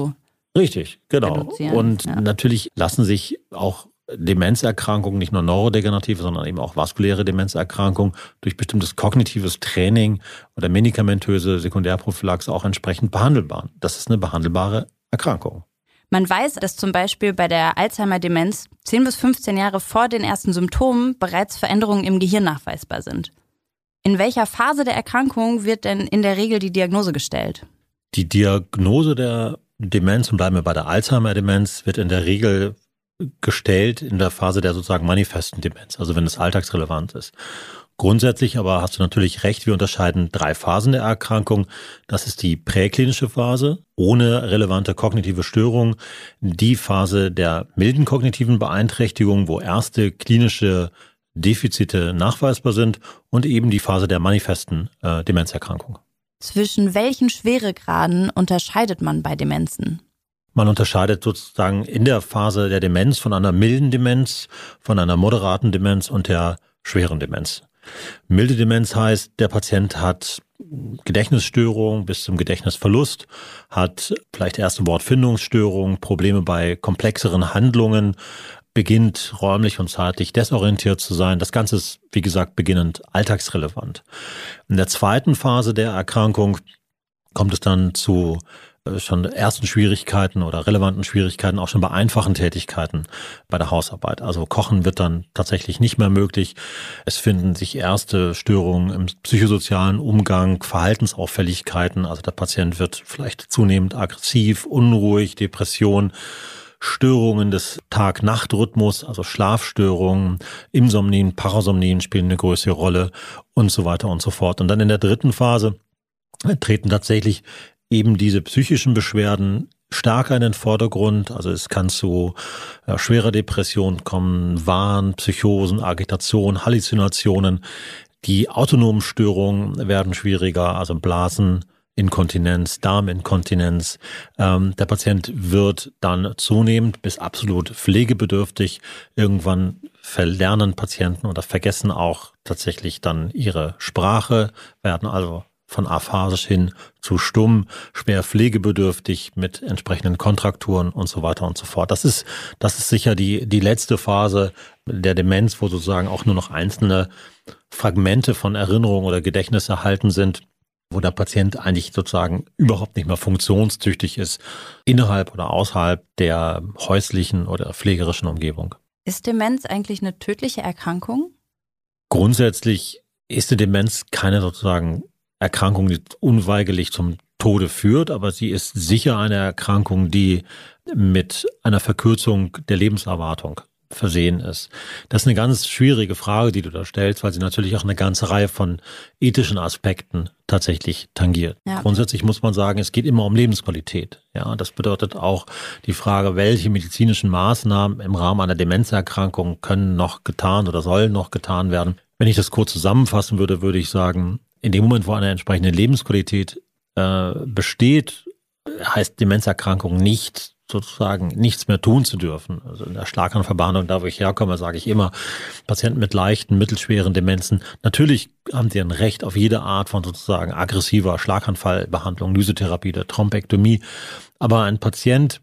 B: Richtig, genau.
C: reduzieren.
B: Und
C: ja.
B: natürlich lassen sich auch Demenzerkrankungen, nicht nur neurodegenerative, sondern eben auch vaskuläre Demenzerkrankungen durch bestimmtes kognitives Training oder medikamentöse Sekundärprophylaxe auch entsprechend behandelbar. Das ist eine behandelbare Erkrankung.
C: Man weiß, dass zum Beispiel bei der Alzheimer-Demenz zehn bis fünfzehn Jahre vor den ersten Symptomen bereits Veränderungen im Gehirn nachweisbar sind. In welcher Phase der Erkrankung wird denn in der Regel die Diagnose gestellt?
B: Die Diagnose der Demenz, und bleiben wir bei der Alzheimer-Demenz, wird in der Regel gestellt in der Phase der sozusagen manifesten Demenz, also wenn es alltagsrelevant ist. Grundsätzlich aber hast du natürlich recht, wir unterscheiden drei Phasen der Erkrankung. Das ist die präklinische Phase ohne relevante kognitive Störung, die Phase der milden kognitiven Beeinträchtigung, wo erste klinische Defizite nachweisbar sind, und eben die Phase der manifesten äh, Demenzerkrankung.
C: Zwischen welchen Schweregraden unterscheidet man bei Demenzen?
B: Man unterscheidet sozusagen in der Phase der Demenz von einer milden Demenz, von einer moderaten Demenz und der schweren Demenz. Milde Demenz heißt, der Patient hat Gedächtnisstörungen bis zum Gedächtnisverlust, hat vielleicht erste Wortfindungsstörungen, Probleme bei komplexeren Handlungen, beginnt räumlich und zeitlich desorientiert zu sein. Das Ganze ist, wie gesagt, beginnend alltagsrelevant. In der zweiten Phase der Erkrankung kommt es dann zu schon ersten Schwierigkeiten oder relevanten Schwierigkeiten, auch schon bei einfachen Tätigkeiten bei der Hausarbeit. Also Kochen wird dann tatsächlich nicht mehr möglich. Es finden sich erste Störungen im psychosozialen Umgang, Verhaltensauffälligkeiten. Also der Patient wird vielleicht zunehmend aggressiv, unruhig, Depression, Störungen des Tag-Nacht-Rhythmus, also Schlafstörungen, Insomnien, Parasomnien spielen eine größere Rolle und so weiter und so fort. Und dann in der dritten Phase treten tatsächlich eben diese psychischen Beschwerden stärker in den Vordergrund. Also es kann zu ja, schwerer Depression kommen, Wahn, Psychosen, Agitation, Halluzinationen. Die autonomen Störungen werden schwieriger, also Blaseninkontinenz, Darminkontinenz. Ähm, der Patient wird dann zunehmend bis absolut pflegebedürftig. Irgendwann verlernen Patienten oder vergessen auch tatsächlich dann ihre Sprache, werden also von aphasisch hin zu stumm, schwer pflegebedürftig mit entsprechenden Kontrakturen und so weiter und so fort. Das ist, das ist sicher die, die letzte Phase der Demenz, wo sozusagen auch nur noch einzelne Fragmente von Erinnerung oder Gedächtnis erhalten sind, wo der Patient eigentlich sozusagen überhaupt nicht mehr funktionstüchtig ist, innerhalb oder außerhalb der häuslichen oder pflegerischen Umgebung.
C: Ist Demenz eigentlich eine tödliche Erkrankung?
B: Grundsätzlich ist die Demenz keine sozusagen Erkrankung, die unweigerlich zum Tode führt, aber sie ist sicher eine Erkrankung, die mit einer Verkürzung der Lebenserwartung versehen ist. Das ist eine ganz schwierige Frage, die du da stellst, weil sie natürlich auch eine ganze Reihe von ethischen Aspekten tatsächlich tangiert. Ja. Grundsätzlich muss man sagen, es geht immer um Lebensqualität. Ja, das bedeutet auch die Frage, welche medizinischen Maßnahmen im Rahmen einer Demenzerkrankung können noch getan oder sollen noch getan werden. Wenn ich das kurz zusammenfassen würde, würde ich sagen, in dem Moment, wo eine entsprechende Lebensqualität äh, besteht, heißt Demenzerkrankung nicht sozusagen nichts mehr tun zu dürfen. Also in der Schlaganfallbehandlung, da wo ich herkomme, sage ich immer, Patienten mit leichten, mittelschweren Demenzen, natürlich haben sie ein Recht auf jede Art von sozusagen aggressiver Schlaganfallbehandlung, Lysotherapie, der Thrombektomie. Aber ein Patient,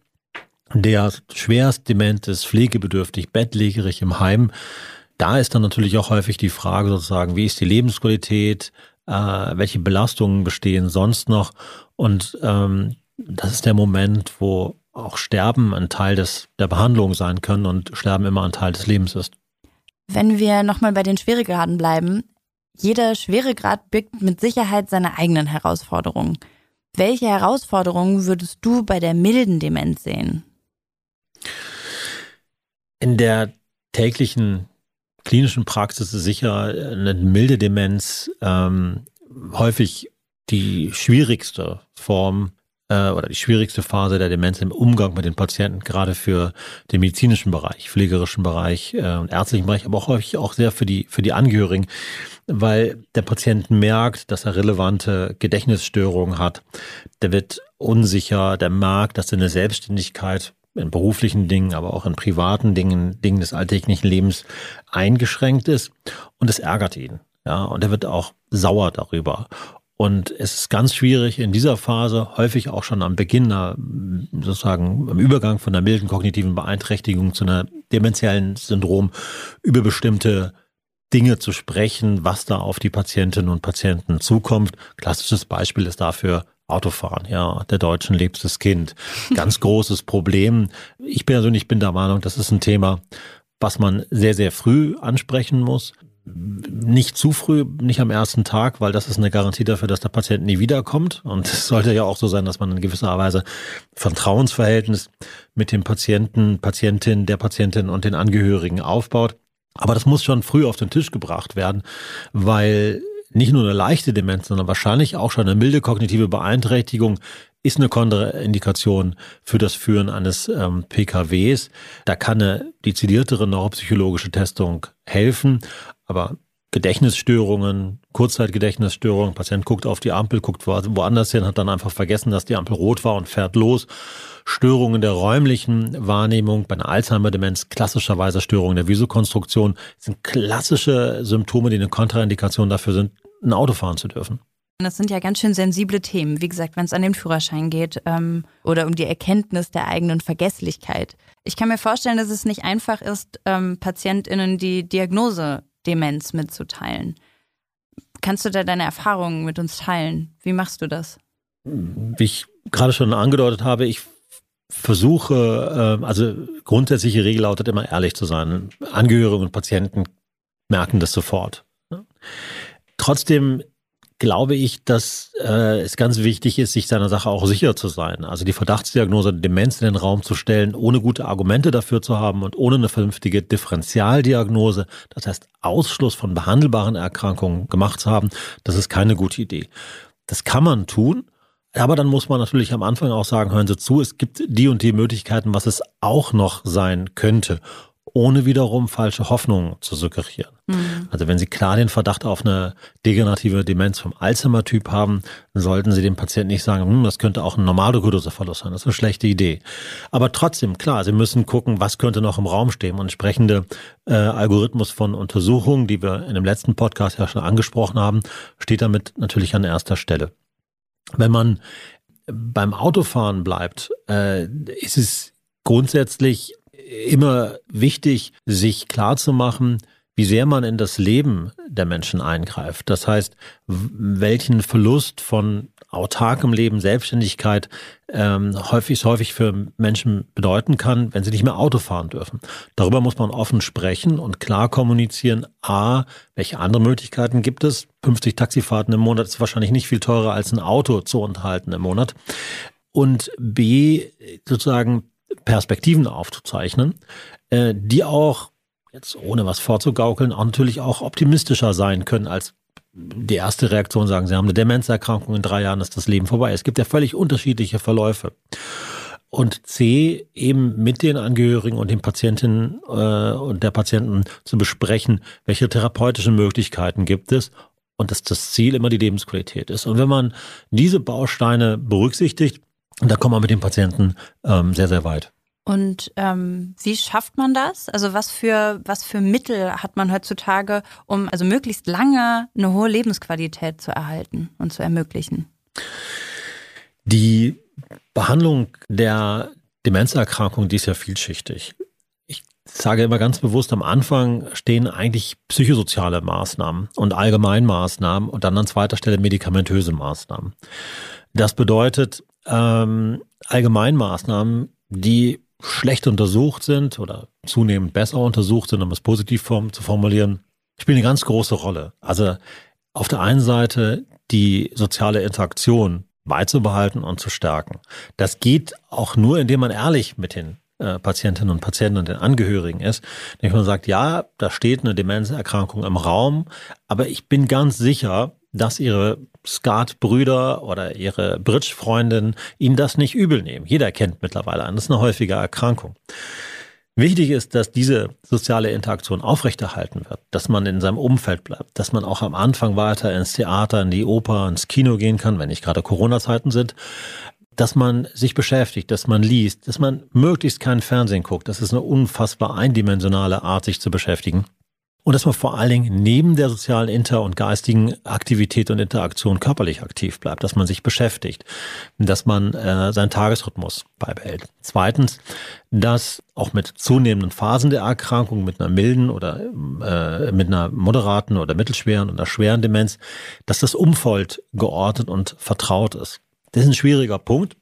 B: der schwerst dement ist, pflegebedürftig, bettlägerig im Heim, da ist dann natürlich auch häufig die Frage sozusagen, wie ist die Lebensqualität, äh, welche Belastungen bestehen sonst noch? Und ähm, das ist der Moment, wo auch Sterben ein Teil des der Behandlung sein können und Sterben immer ein Teil des Lebens ist.
C: Wenn wir nochmal bei den Schweregraden bleiben, jeder Schweregrad birgt mit Sicherheit seine eigenen Herausforderungen. Welche Herausforderungen würdest du bei der milden Demenz sehen?
B: In der täglichen klinischen Praxis ist sicher eine milde Demenz ähm, häufig die schwierigste Form äh, oder die schwierigste Phase der Demenz im Umgang mit den Patienten, gerade für den medizinischen Bereich, pflegerischen Bereich äh, und ärztlichen Bereich, aber auch häufig auch sehr für die für die Angehörigen, weil der Patient merkt, dass er relevante Gedächtnisstörungen hat. Der wird unsicher, der merkt, dass seine Selbstständigkeit in beruflichen Dingen, aber auch in privaten Dingen, Dingen des alltäglichen Lebens eingeschränkt ist, und es ärgert ihn. Ja, und er wird auch sauer darüber. Und es ist ganz schwierig in dieser Phase, häufig auch schon am Beginn, sozusagen im Übergang von einer milden kognitiven Beeinträchtigung zu einer dementiellen Syndrom, über bestimmte Dinge zu sprechen, was da auf die Patientinnen und Patienten zukommt. Klassisches Beispiel ist dafür Autofahren, ja, der Deutschen liebstes Kind. Ganz großes Problem. Ich persönlich bin der Meinung, das ist ein Thema, was man sehr, sehr früh ansprechen muss. Nicht zu früh, nicht am ersten Tag, weil das ist eine Garantie dafür, dass der Patient nie wiederkommt. Und es sollte ja auch so sein, dass man in gewisser Weise Vertrauensverhältnis mit dem Patienten, Patientin, der Patientin und den Angehörigen aufbaut. Aber das muss schon früh auf den Tisch gebracht werden, weil nicht nur eine leichte Demenz, sondern wahrscheinlich auch schon eine milde kognitive Beeinträchtigung ist eine Kontraindikation für das Führen eines ähm, P K Ws. Da kann eine dezidiertere neuropsychologische Testung helfen, aber Gedächtnisstörungen, Kurzzeitgedächtnisstörungen, Patient guckt auf die Ampel, guckt woanders hin, hat dann einfach vergessen, dass die Ampel rot war und fährt los. Störungen der räumlichen Wahrnehmung, bei einer Alzheimer-Demenz klassischerweise Störungen der Visokonstruktion, sind klassische Symptome, die eine Kontraindikation dafür sind, ein Auto fahren zu dürfen.
C: Das sind ja ganz schön sensible Themen, wie gesagt, wenn es an den Führerschein geht ähm, oder um die Erkenntnis der eigenen Vergesslichkeit. Ich kann mir vorstellen, dass es nicht einfach ist, ähm, PatientInnen die Diagnose Demenz mitzuteilen. Kannst du da deine Erfahrungen mit uns teilen? Wie machst du das?
B: Wie ich gerade schon angedeutet habe, ich versuche, also grundsätzliche Regel lautet immer, ehrlich zu sein. Angehörige und Patienten merken das sofort. Trotzdem glaube ich, dass äh, es ganz wichtig ist, sich seiner Sache auch sicher zu sein. Also die Verdachtsdiagnose Demenz in den Raum zu stellen, ohne gute Argumente dafür zu haben und ohne eine vernünftige Differentialdiagnose, das heißt Ausschluss von behandelbaren Erkrankungen gemacht zu haben, das ist keine gute Idee. Das kann man tun, aber dann muss man natürlich am Anfang auch sagen, hören Sie zu, es gibt die und die Möglichkeiten, was es auch noch sein könnte, ohne wiederum falsche Hoffnungen zu suggerieren. Mhm. Also wenn Sie klar den Verdacht auf eine degenerative Demenz vom Alzheimer-Typ haben, dann sollten Sie dem Patienten nicht sagen, hm, das könnte auch ein Normalglukoseverlust sein. Das ist eine schlechte Idee. Aber trotzdem, klar, Sie müssen gucken, was könnte noch im Raum stehen. Und entsprechende äh, Algorithmus von Untersuchungen, die wir in dem letzten Podcast ja schon angesprochen haben, steht damit natürlich an erster Stelle. Wenn man beim Autofahren bleibt, äh, ist es grundsätzlich immer wichtig, sich klarzumachen, wie sehr man in das Leben der Menschen eingreift. Das heißt, welchen Verlust von autarkem Leben, Selbstständigkeit ähm, häufig häufig für Menschen bedeuten kann, wenn sie nicht mehr Auto fahren dürfen. Darüber muss man offen sprechen und klar kommunizieren. A, welche andere Möglichkeiten gibt es? fünfzig Taxifahrten im Monat ist wahrscheinlich nicht viel teurer als ein Auto zu unterhalten im Monat. Und B, sozusagen Perspektiven aufzuzeichnen, äh, die auch, jetzt ohne was vorzugaukeln, auch natürlich auch optimistischer sein können als die erste Reaktion, sagen, Sie haben eine Demenzerkrankung, in drei Jahren ist das Leben vorbei. Es gibt ja völlig unterschiedliche Verläufe. Und C, eben mit den Angehörigen und den Patientinnen äh, und der Patienten zu besprechen, welche therapeutischen Möglichkeiten gibt es und dass das Ziel immer die Lebensqualität ist. Und wenn man diese Bausteine berücksichtigt, da kommt man mit dem Patienten ähm, sehr, sehr weit.
C: Und ähm, wie schafft man das? Also was für was für Mittel hat man heutzutage, um also möglichst lange eine hohe Lebensqualität zu erhalten und zu ermöglichen?
B: Die Behandlung der Demenzerkrankung, die ist ja vielschichtig. Ich sage immer ganz bewusst, am Anfang stehen eigentlich psychosoziale Maßnahmen und Allgemeinmaßnahmen und dann an zweiter Stelle medikamentöse Maßnahmen. Das bedeutet ähm, Allgemeinmaßnahmen, die schlecht untersucht sind oder zunehmend besser untersucht sind, um es positiv form- zu formulieren, spielen eine ganz große Rolle. Also auf der einen Seite die soziale Interaktion beizubehalten und zu stärken. Das geht auch nur, indem man ehrlich mit den äh, Patientinnen und Patienten und den Angehörigen ist. Indem man sagt, ja, da steht eine Demenzerkrankung im Raum, aber ich bin ganz sicher, dass ihre Skat-Brüder oder ihre Bridge-Freundin ihnen das nicht übel nehmen. Jeder kennt mittlerweile einen. Das ist eine häufige Erkrankung. Wichtig ist, dass diese soziale Interaktion aufrechterhalten wird, dass man in seinem Umfeld bleibt, dass man auch am Anfang weiter ins Theater, in die Oper, ins Kino gehen kann, wenn nicht gerade Corona-Zeiten sind, dass man sich beschäftigt, dass man liest, dass man möglichst kein Fernsehen guckt. Das ist eine unfassbar eindimensionale Art, sich zu beschäftigen. Und dass man vor allen Dingen neben der sozialen Inter- und geistigen Aktivität und Interaktion körperlich aktiv bleibt, dass man sich beschäftigt, dass man äh, seinen Tagesrhythmus beibehält. Zweitens, dass auch mit zunehmenden Phasen der Erkrankung, mit einer milden oder äh, mit einer moderaten oder mittelschweren oder schweren Demenz, dass das Umfeld geordnet und vertraut ist. Das ist ein schwieriger Punkt,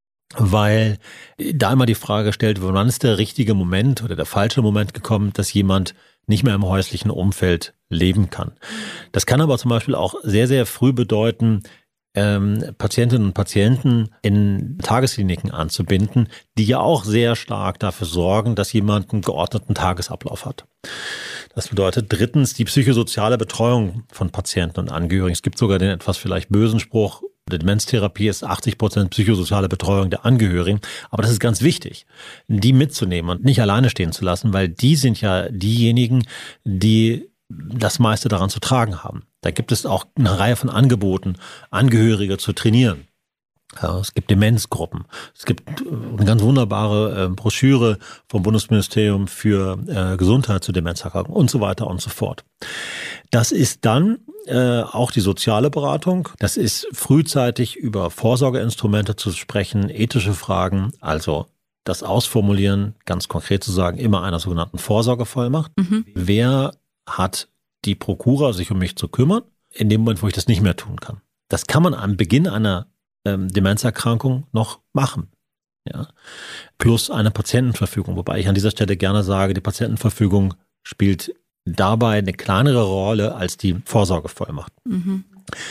B: weil da immer die Frage gestellt wird, wann ist der richtige Moment oder der falsche Moment gekommen, dass jemand nicht mehr im häuslichen Umfeld leben kann. Das kann aber zum Beispiel auch sehr, sehr früh bedeuten, ähm, Patientinnen und Patienten in Tageskliniken anzubinden, die ja auch sehr stark dafür sorgen, dass jemand einen geordneten Tagesablauf hat. Das bedeutet drittens die psychosoziale Betreuung von Patienten und Angehörigen. Es gibt sogar den etwas vielleicht bösen Spruch, die Demenztherapie ist achtzig Prozent psychosoziale Betreuung der Angehörigen. Aber das ist ganz wichtig, die mitzunehmen und nicht alleine stehen zu lassen, weil die sind ja diejenigen, die das meiste daran zu tragen haben. Da gibt es auch eine Reihe von Angeboten, Angehörige zu trainieren. Ja, es gibt Demenzgruppen. Es gibt eine ganz wunderbare äh, Broschüre vom Bundesministerium für äh, Gesundheit zu Demenzerkrankungen und so weiter und so fort. Das ist dann äh, auch die soziale Beratung. Das ist frühzeitig über Vorsorgeinstrumente zu sprechen, ethische Fragen, also das Ausformulieren, ganz konkret zu sagen, immer einer sogenannten Vorsorgevollmacht. Mhm. Wer hat die Prokura, sich um mich zu kümmern, in dem Moment, wo ich das nicht mehr tun kann? Das kann man am Beginn einer ähm, Demenzerkrankung noch machen. Ja. Plus eine Patientenverfügung, wobei ich an dieser Stelle gerne sage, die Patientenverfügung spielt dabei eine kleinere Rolle als die Vorsorgevollmacht. Mhm.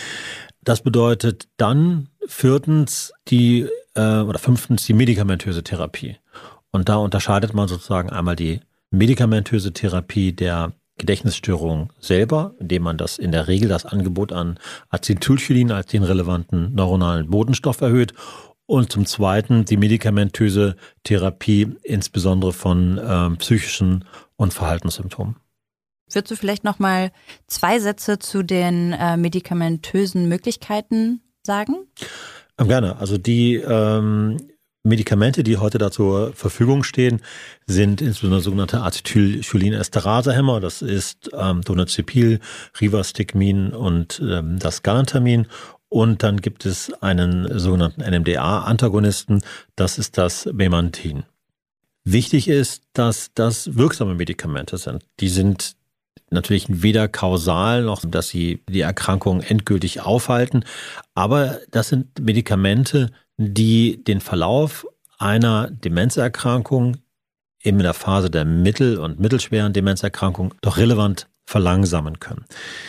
B: Das bedeutet dann viertens die äh, oder fünftens die medikamentöse Therapie. Und da unterscheidet man sozusagen einmal die medikamentöse Therapie der Gedächtnisstörung selber, indem man das in der Regel das Angebot an Acetylcholin als den relevanten neuronalen Botenstoff erhöht. Und zum Zweiten die medikamentöse Therapie insbesondere von äh, psychischen und Verhaltenssymptomen.
C: Würdest du vielleicht noch mal zwei Sätze zu den äh, medikamentösen Möglichkeiten sagen?
B: Gerne. Also die ähm, Medikamente, die heute da zur Verfügung stehen, sind insbesondere sogenannte Acetylcholinesterasehemmer. Das ist ähm, Donepezil, Rivastigmin und ähm, das Galantamin. Und dann gibt es einen sogenannten N M D A-Antagonisten. Das ist das Memantin. Wichtig ist, dass das wirksame Medikamente sind. Die sind natürlich weder kausal noch, dass sie die Erkrankung endgültig aufhalten. Aber das sind Medikamente, die den Verlauf einer Demenzerkrankung in der Phase der mittel- und mittelschweren Demenzerkrankung doch relevant verlangsamen können.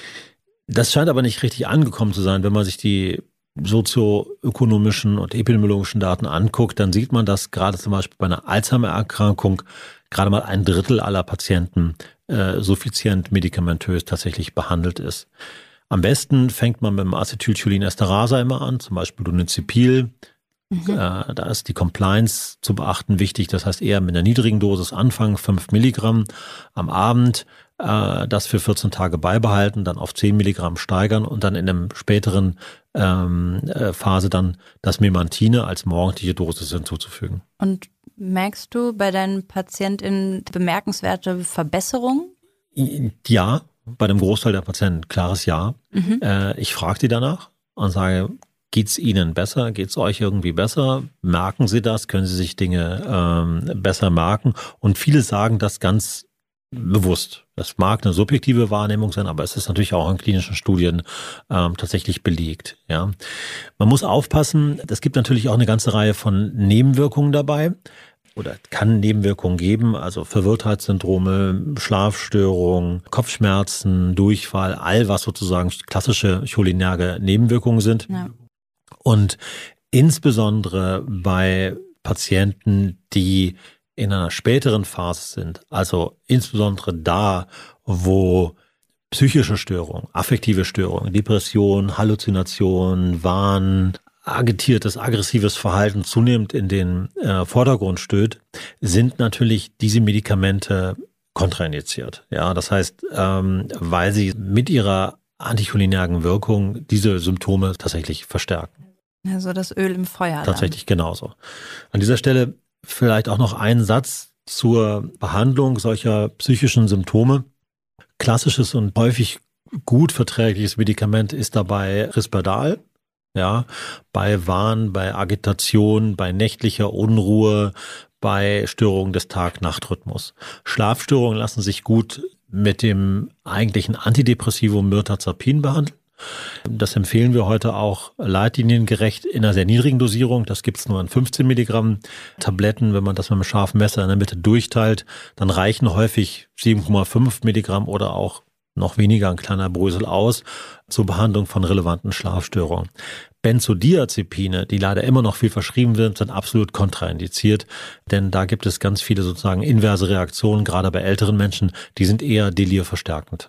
B: Das scheint aber nicht richtig angekommen zu sein. Wenn man sich die sozioökonomischen und epidemiologischen Daten anguckt, dann sieht man, dass gerade zum Beispiel bei einer Alzheimer-Erkrankung gerade mal ein Drittel aller Patienten äh, suffizient medikamentös tatsächlich behandelt ist. Am besten fängt man mit dem Acetylcholinesterase immer an, zum Beispiel Donepezil. Mhm. Äh, da ist die Compliance zu beachten wichtig. Das heißt eher mit einer niedrigen Dosis anfangen, fünf Milligramm am Abend, äh, das für vierzehn Tage beibehalten, dann auf zehn Milligramm steigern und dann in einem späteren ähm, äh, Phase dann das Memantine als morgendliche Dosis hinzuzufügen.
C: Und merkst du bei deinen PatientInnen bemerkenswerte Verbesserungen?
B: Ja, bei dem Großteil der Patienten klares Ja. Mhm. Äh, ich frage die danach und sage, geht's Ihnen besser? Geht's euch irgendwie besser? Merken Sie das? Können Sie sich Dinge ähm, besser merken? Und viele sagen das ganz bewusst. Das mag eine subjektive Wahrnehmung sein, aber es ist natürlich auch in klinischen Studien ähm, tatsächlich belegt. Ja, man muss aufpassen. Es gibt natürlich auch eine ganze Reihe von Nebenwirkungen dabei. Oder kann Nebenwirkungen geben, also Verwirrtheitssyndrome, Schlafstörungen, Kopfschmerzen, Durchfall, all was sozusagen klassische cholinerge Nebenwirkungen sind. Ja. Und insbesondere bei Patienten, die in einer späteren Phase sind, also insbesondere da, wo psychische Störungen, affektive Störungen, Depression, Halluzination, Wahn, agitiertes, aggressives Verhalten zunehmend in den äh, Vordergrund stößt, sind natürlich diese Medikamente kontraindiziert. Ja, das heißt, ähm, weil sie mit ihrer anticholinergen Wirkung diese Symptome tatsächlich verstärken.
C: Also das Öl im Feuer.
B: Tatsächlich dann. Genauso. An dieser Stelle vielleicht auch noch ein Satz zur Behandlung solcher psychischen Symptome. klassisches und häufig gut verträgliches Medikament ist dabei Risperdal. Ja, bei Wahn, bei Agitation, bei nächtlicher Unruhe, bei Störungen des Tag-Nacht-Rhythmus. Schlafstörungen lassen sich gut mit dem eigentlichen Antidepressivum Mirtazapin behandeln. Das empfehlen wir heute auch leitliniengerecht in einer sehr niedrigen Dosierung. Das gibt es nur in fünfzehn Milligramm Tabletten. Wenn man das mit einem scharfen Messer in der Mitte durchteilt, dann reichen häufig sieben Komma fünf Milligramm oder auch noch weniger, ein kleiner Brösel aus, zur Behandlung von relevanten Schlafstörungen. Benzodiazepine, die leider immer noch viel verschrieben werden, sind absolut kontraindiziert, denn da gibt es ganz viele sozusagen inverse Reaktionen, gerade bei älteren Menschen, die sind eher delirverstärkend.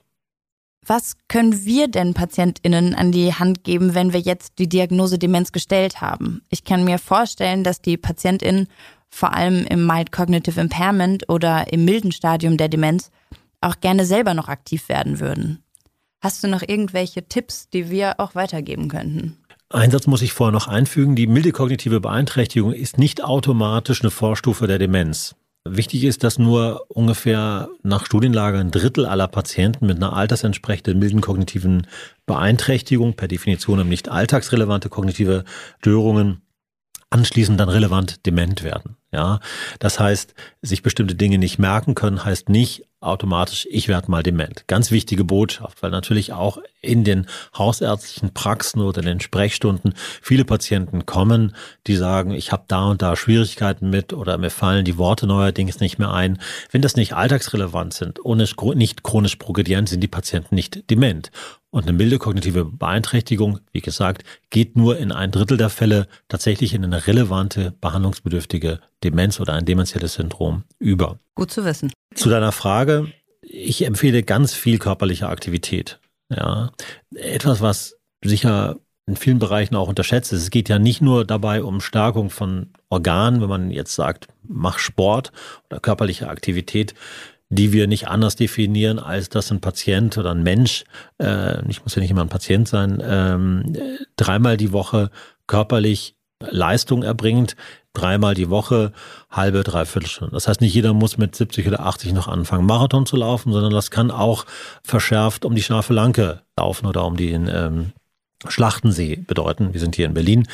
C: Was können wir denn PatientInnen an die Hand geben, wenn wir jetzt die Diagnose Demenz gestellt haben? Ich kann mir vorstellen, dass die PatientInnen vor allem im Mild Cognitive Impairment oder im milden Stadium der Demenz auch gerne selber noch aktiv werden würden. Hast du noch irgendwelche Tipps, die wir auch weitergeben könnten?
B: Einen Satz muss ich vorher noch einfügen. Die milde kognitive Beeinträchtigung ist nicht automatisch eine Vorstufe der Demenz. Wichtig ist, dass nur ungefähr nach Studienlage ein Drittel aller Patienten mit einer altersentsprechenden milden kognitiven Beeinträchtigung, per Definition nicht alltagsrelevante kognitive Störungen, anschließend dann relevant dement werden. Ja, das heißt, sich bestimmte Dinge nicht merken können, heißt nicht automatisch, ich werde mal dement. Ganz wichtige Botschaft, weil natürlich auch in den hausärztlichen Praxen oder in den Sprechstunden viele Patienten kommen, die sagen, ich habe da und da Schwierigkeiten mit oder mir fallen die Worte neuerdings nicht mehr ein. Wenn das nicht alltagsrelevant sind und nicht chronisch progredient, sind die Patienten nicht dement. Und eine milde kognitive Beeinträchtigung, wie gesagt, geht nur in ein Drittel der Fälle tatsächlich in eine relevante, behandlungsbedürftige Demenz oder ein dementielles Syndrom über.
C: Gut zu wissen.
B: Zu deiner Frage, ich empfehle ganz viel körperliche Aktivität. Ja, etwas, was sicher in vielen Bereichen auch unterschätzt ist. Es geht ja nicht nur dabei um Stärkung von Organen, wenn man jetzt sagt, mach Sport oder körperliche Aktivität, die wir nicht anders definieren, als dass ein Patient oder ein Mensch, äh, ich muss ja nicht immer ein Patient sein, ähm, dreimal die Woche körperlich Leistung erbringt, dreimal die Woche, halbe, dreiviertel Stunde. Das heißt, nicht jeder muss mit siebzig oder achtzig noch anfangen, Marathon zu laufen, sondern das kann auch verschärft um die Scharfe Lanke laufen oder um den ähm, Schlachtensee bedeuten. Wir sind hier in Berlin.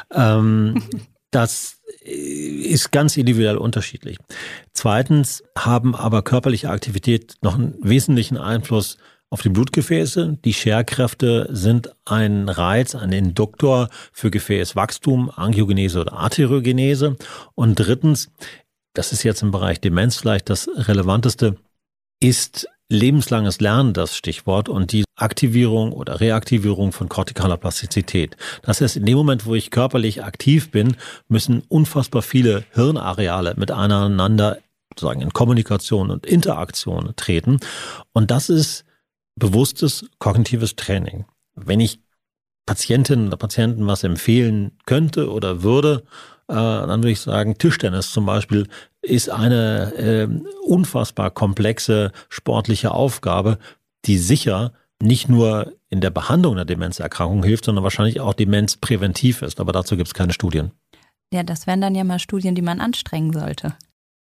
B: Ähm, das ist ganz individuell unterschiedlich. Zweitens haben aber körperliche Aktivität noch einen wesentlichen Einfluss auf die Blutgefäße. Die Scherkräfte sind ein Reiz, ein Induktor für Gefäßwachstum, Angiogenese oder Arteriogenese. Und drittens, das ist jetzt im Bereich Demenz vielleicht das Relevanteste, ist lebenslanges Lernen das Stichwort und die Aktivierung oder Reaktivierung von kortikaler Plastizität. Das heißt, in dem Moment, wo ich körperlich aktiv bin, müssen unfassbar viele Hirnareale miteinander sozusagen in Kommunikation und Interaktion treten. Und das ist bewusstes kognitives Training. Wenn ich Patientinnen oder Patienten was empfehlen könnte oder würde, äh, dann würde ich sagen, Tischtennis zum Beispiel ist eine äh, unfassbar komplexe sportliche Aufgabe, die sicher nicht nur in der Behandlung der Demenzerkrankung hilft, sondern wahrscheinlich auch demenzpräventiv ist. Aber dazu gibt es keine Studien.
C: Ja, das wären dann ja mal Studien, die man anstrengen sollte.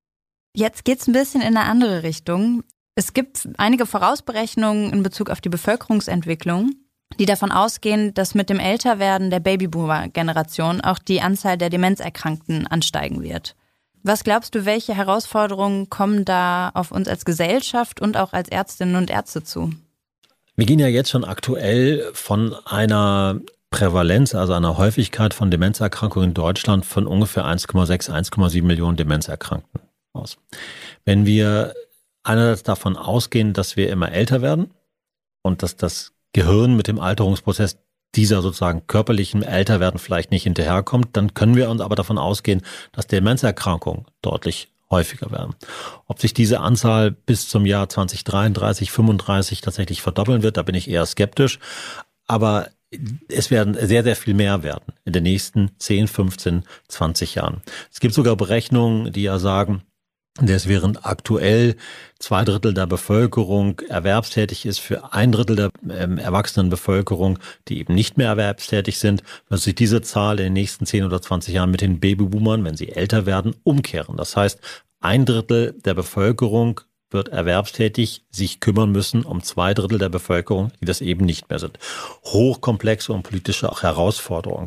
C: Jetzt geht es ein bisschen in eine andere Richtung. Es gibt einige Vorausberechnungen in Bezug auf die Bevölkerungsentwicklung, die davon ausgehen, dass mit dem Älterwerden der Babyboomer-Generation auch die Anzahl der Demenzerkrankten ansteigen wird. Was glaubst du, welche Herausforderungen kommen da auf uns als Gesellschaft und auch als Ärztinnen und Ärzte zu?
B: Wir gehen ja jetzt schon aktuell von einer Prävalenz, also einer Häufigkeit von Demenzerkrankungen in Deutschland von ungefähr eins Komma sechs, eins Komma sieben Millionen Demenzerkrankten aus. Wenn wir einerseits davon ausgehen, dass wir immer älter werden und dass das Gehirn mit dem Alterungsprozess dieser sozusagen körperlichen Älterwerden vielleicht nicht hinterherkommt, dann können wir uns aber davon ausgehen, dass Demenzerkrankungen deutlich häufiger werden. Ob sich diese Anzahl bis zum Jahr zwanzig dreiunddreißig, fünfunddreißig tatsächlich verdoppeln wird, da bin ich eher skeptisch. Aber es werden sehr, sehr viel mehr werden in den nächsten zehn, fünfzehn, zwanzig Jahren. Es gibt sogar Berechnungen, die ja sagen, dass während aktuell zwei Drittel der Bevölkerung erwerbstätig ist, für ein Drittel der ähm, erwachsenen Bevölkerung, die eben nicht mehr erwerbstätig sind, wird sich diese Zahl in den nächsten zehn oder zwanzig Jahren mit den Babyboomern, wenn sie älter werden, umkehren. Das heißt, ein Drittel der Bevölkerung wird erwerbstätig sich kümmern müssen um zwei Drittel der Bevölkerung, die das eben nicht mehr sind. Hochkomplexe und politische auch Herausforderungen.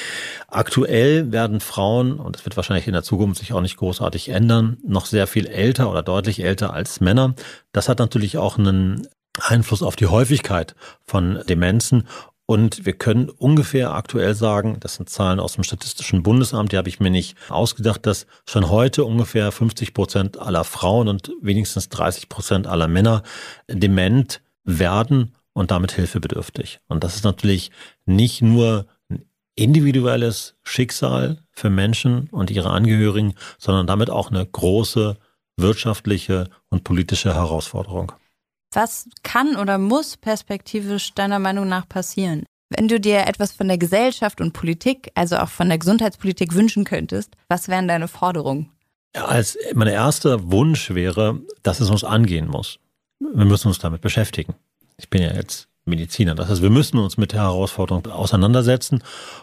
B: Aktuell werden Frauen, und das wird wahrscheinlich in der Zukunft sich auch nicht großartig ändern, noch sehr viel älter oder deutlich älter als Männer. Das hat natürlich auch einen Einfluss auf die Häufigkeit von Demenzen. Und wir können ungefähr aktuell sagen, das sind Zahlen aus dem Statistischen Bundesamt, die habe ich mir nicht ausgedacht, dass schon heute ungefähr fünfzig Prozent aller Frauen und wenigstens dreißig Prozent aller Männer dement werden und damit hilfebedürftig. Und das ist natürlich nicht nur ein individuelles Schicksal für Menschen und ihre Angehörigen, sondern damit auch eine große wirtschaftliche und politische Herausforderung.
C: Was kann oder muss perspektivisch deiner Meinung nach passieren? Wenn du dir etwas von der Gesellschaft und Politik, also auch von der Gesundheitspolitik wünschen könntest, was wären deine Forderungen?
B: Ja, als mein erster Wunsch wäre, dass es uns angehen muss. Wir müssen uns damit beschäftigen. Ich bin ja jetzt Mediziner. Das heißt, wir müssen uns mit der Herausforderung auseinandersetzen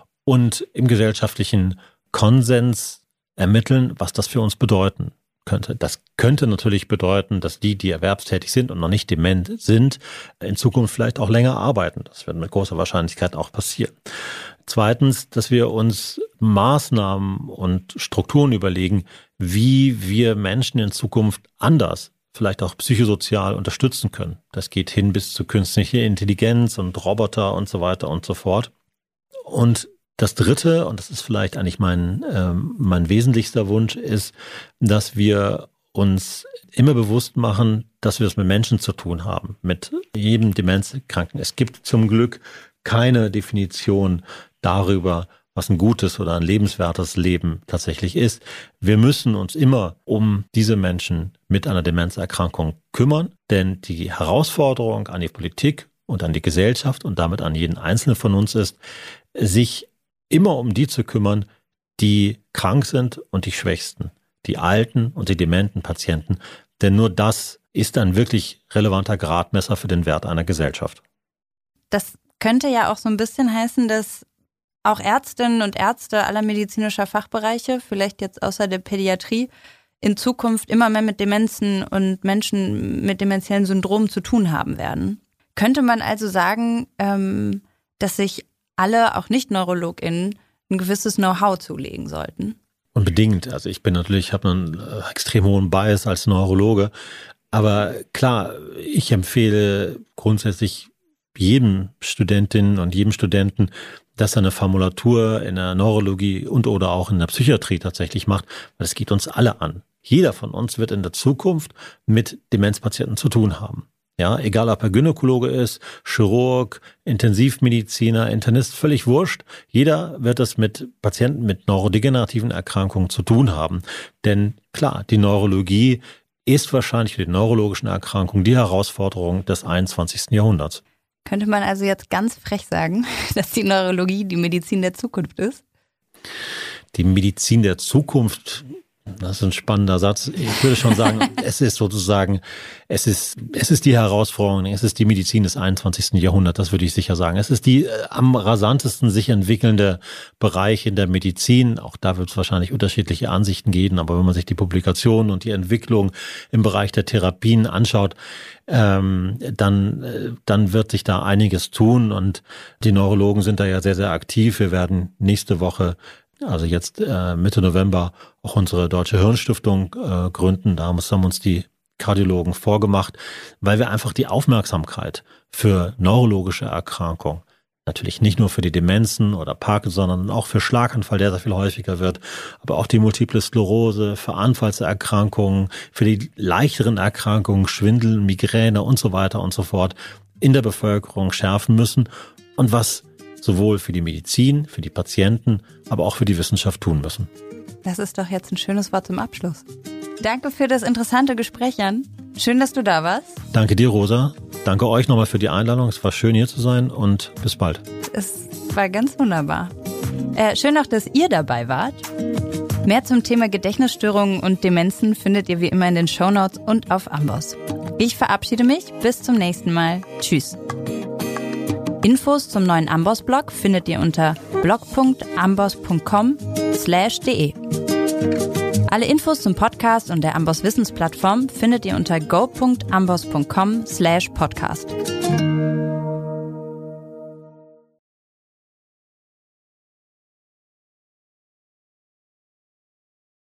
B: und im gesellschaftlichen Konsens ermitteln, was das für uns bedeuten könnte. Das könnte natürlich bedeuten, dass die, die erwerbstätig sind und noch nicht dement sind, in Zukunft vielleicht auch länger arbeiten. Das wird mit großer Wahrscheinlichkeit auch passieren. Zweitens, dass wir uns Maßnahmen und Strukturen überlegen, wie wir Menschen in Zukunft anders, vielleicht auch psychosozial unterstützen können. Das geht hin bis zu künstlicher Intelligenz und Roboter und so weiter und so fort. Und das Dritte, und das ist vielleicht eigentlich mein, ähm, mein wesentlichster Wunsch, ist, dass wir uns immer bewusst machen, dass wir es mit Menschen zu tun haben, mit jedem Demenzkranken. Es gibt zum Glück keine Definition darüber, was ein gutes oder ein lebenswertes Leben tatsächlich ist. Wir müssen uns immer um diese Menschen mit einer Demenzerkrankung kümmern, denn die Herausforderung an die Politik und an die Gesellschaft und damit an jeden Einzelnen von uns ist, sich immer um die zu kümmern, die krank sind und die Schwächsten, die alten und die dementen Patienten. Denn nur das ist ein wirklich relevanter Gradmesser für den Wert einer Gesellschaft.
C: Das könnte ja auch so ein bisschen heißen, dass auch Ärztinnen und Ärzte aller medizinischer Fachbereiche, vielleicht jetzt außer der Pädiatrie, in Zukunft immer mehr mit Demenzen und Menschen mit demenziellen Syndromen zu tun haben werden. Könnte man also sagen, ähm, dass sich alle, auch Nicht-NeurologInnen, ein gewisses Know-how zulegen sollten?
B: Unbedingt. Also ich bin natürlich, habe einen äh, extrem hohen Bias als Neurologe. Aber klar, ich empfehle grundsätzlich jedem Studentin und jedem Studenten, dass er eine Formulatur in der Neurologie und oder auch in der Psychiatrie tatsächlich macht, weil es geht uns alle an. Jeder von uns wird in der Zukunft mit Demenzpatienten zu tun haben. Ja, egal ob er Gynäkologe ist, Chirurg, Intensivmediziner, Internist, völlig wurscht. Jeder wird es mit Patienten mit neurodegenerativen Erkrankungen zu tun haben. Denn klar, die Neurologie ist wahrscheinlich für die neurologischen Erkrankungen die Herausforderung des einundzwanzigsten Jahrhunderts.
C: Könnte man also jetzt ganz frech sagen, dass die Neurologie die Medizin der Zukunft ist?
B: Die Medizin der Zukunft, das ist ein spannender Satz. Ich würde schon sagen, es ist sozusagen, es ist, es ist die Herausforderung, es ist die Medizin des einundzwanzigsten Jahrhunderts, das würde ich sicher sagen. Es ist die äh, am rasantesten sich entwickelnde Bereich in der Medizin. Auch da wird es wahrscheinlich unterschiedliche Ansichten geben, aber wenn man sich die Publikationen und die Entwicklung im Bereich der Therapien anschaut, ähm, dann, äh, dann wird sich da einiges tun und die Neurologen sind da ja sehr, sehr aktiv. Wir werden nächste Woche, also jetzt äh, Mitte November, auch unsere Deutsche Hirnstiftung äh, gründen. Da haben uns die Kardiologen vorgemacht, weil wir einfach die Aufmerksamkeit für neurologische Erkrankungen, natürlich nicht nur für die Demenzen oder Parkinson, sondern auch für Schlaganfall, der sehr viel häufiger wird, aber auch die Multiple Sklerose, für Anfallserkrankungen, für die leichteren Erkrankungen, Schwindel, Migräne und so weiter und so fort in der Bevölkerung schärfen müssen und was sowohl für die Medizin, für die Patienten, aber auch für die Wissenschaft tun müssen.
C: Das ist doch jetzt ein schönes Wort zum Abschluss. Danke für das interessante Gespräch, Jan. Schön, dass du da warst.
B: Danke dir, Rosa. Danke euch nochmal für die Einladung. Es war schön, hier zu sein und bis bald.
C: Es war ganz wunderbar. Äh, schön auch, dass ihr dabei wart. Mehr zum Thema Gedächtnisstörungen und Demenzen findet ihr wie immer in den Shownotes und auf Amboss. Ich verabschiede mich. Bis zum nächsten Mal. Tschüss. Infos zum neuen Amboss-Blog findet ihr unter blog punkt amboss punkt com slash de. Alle Infos zum Podcast und der Amboss Wissensplattform findet ihr unter go punkt amboss punkt com slash podcast.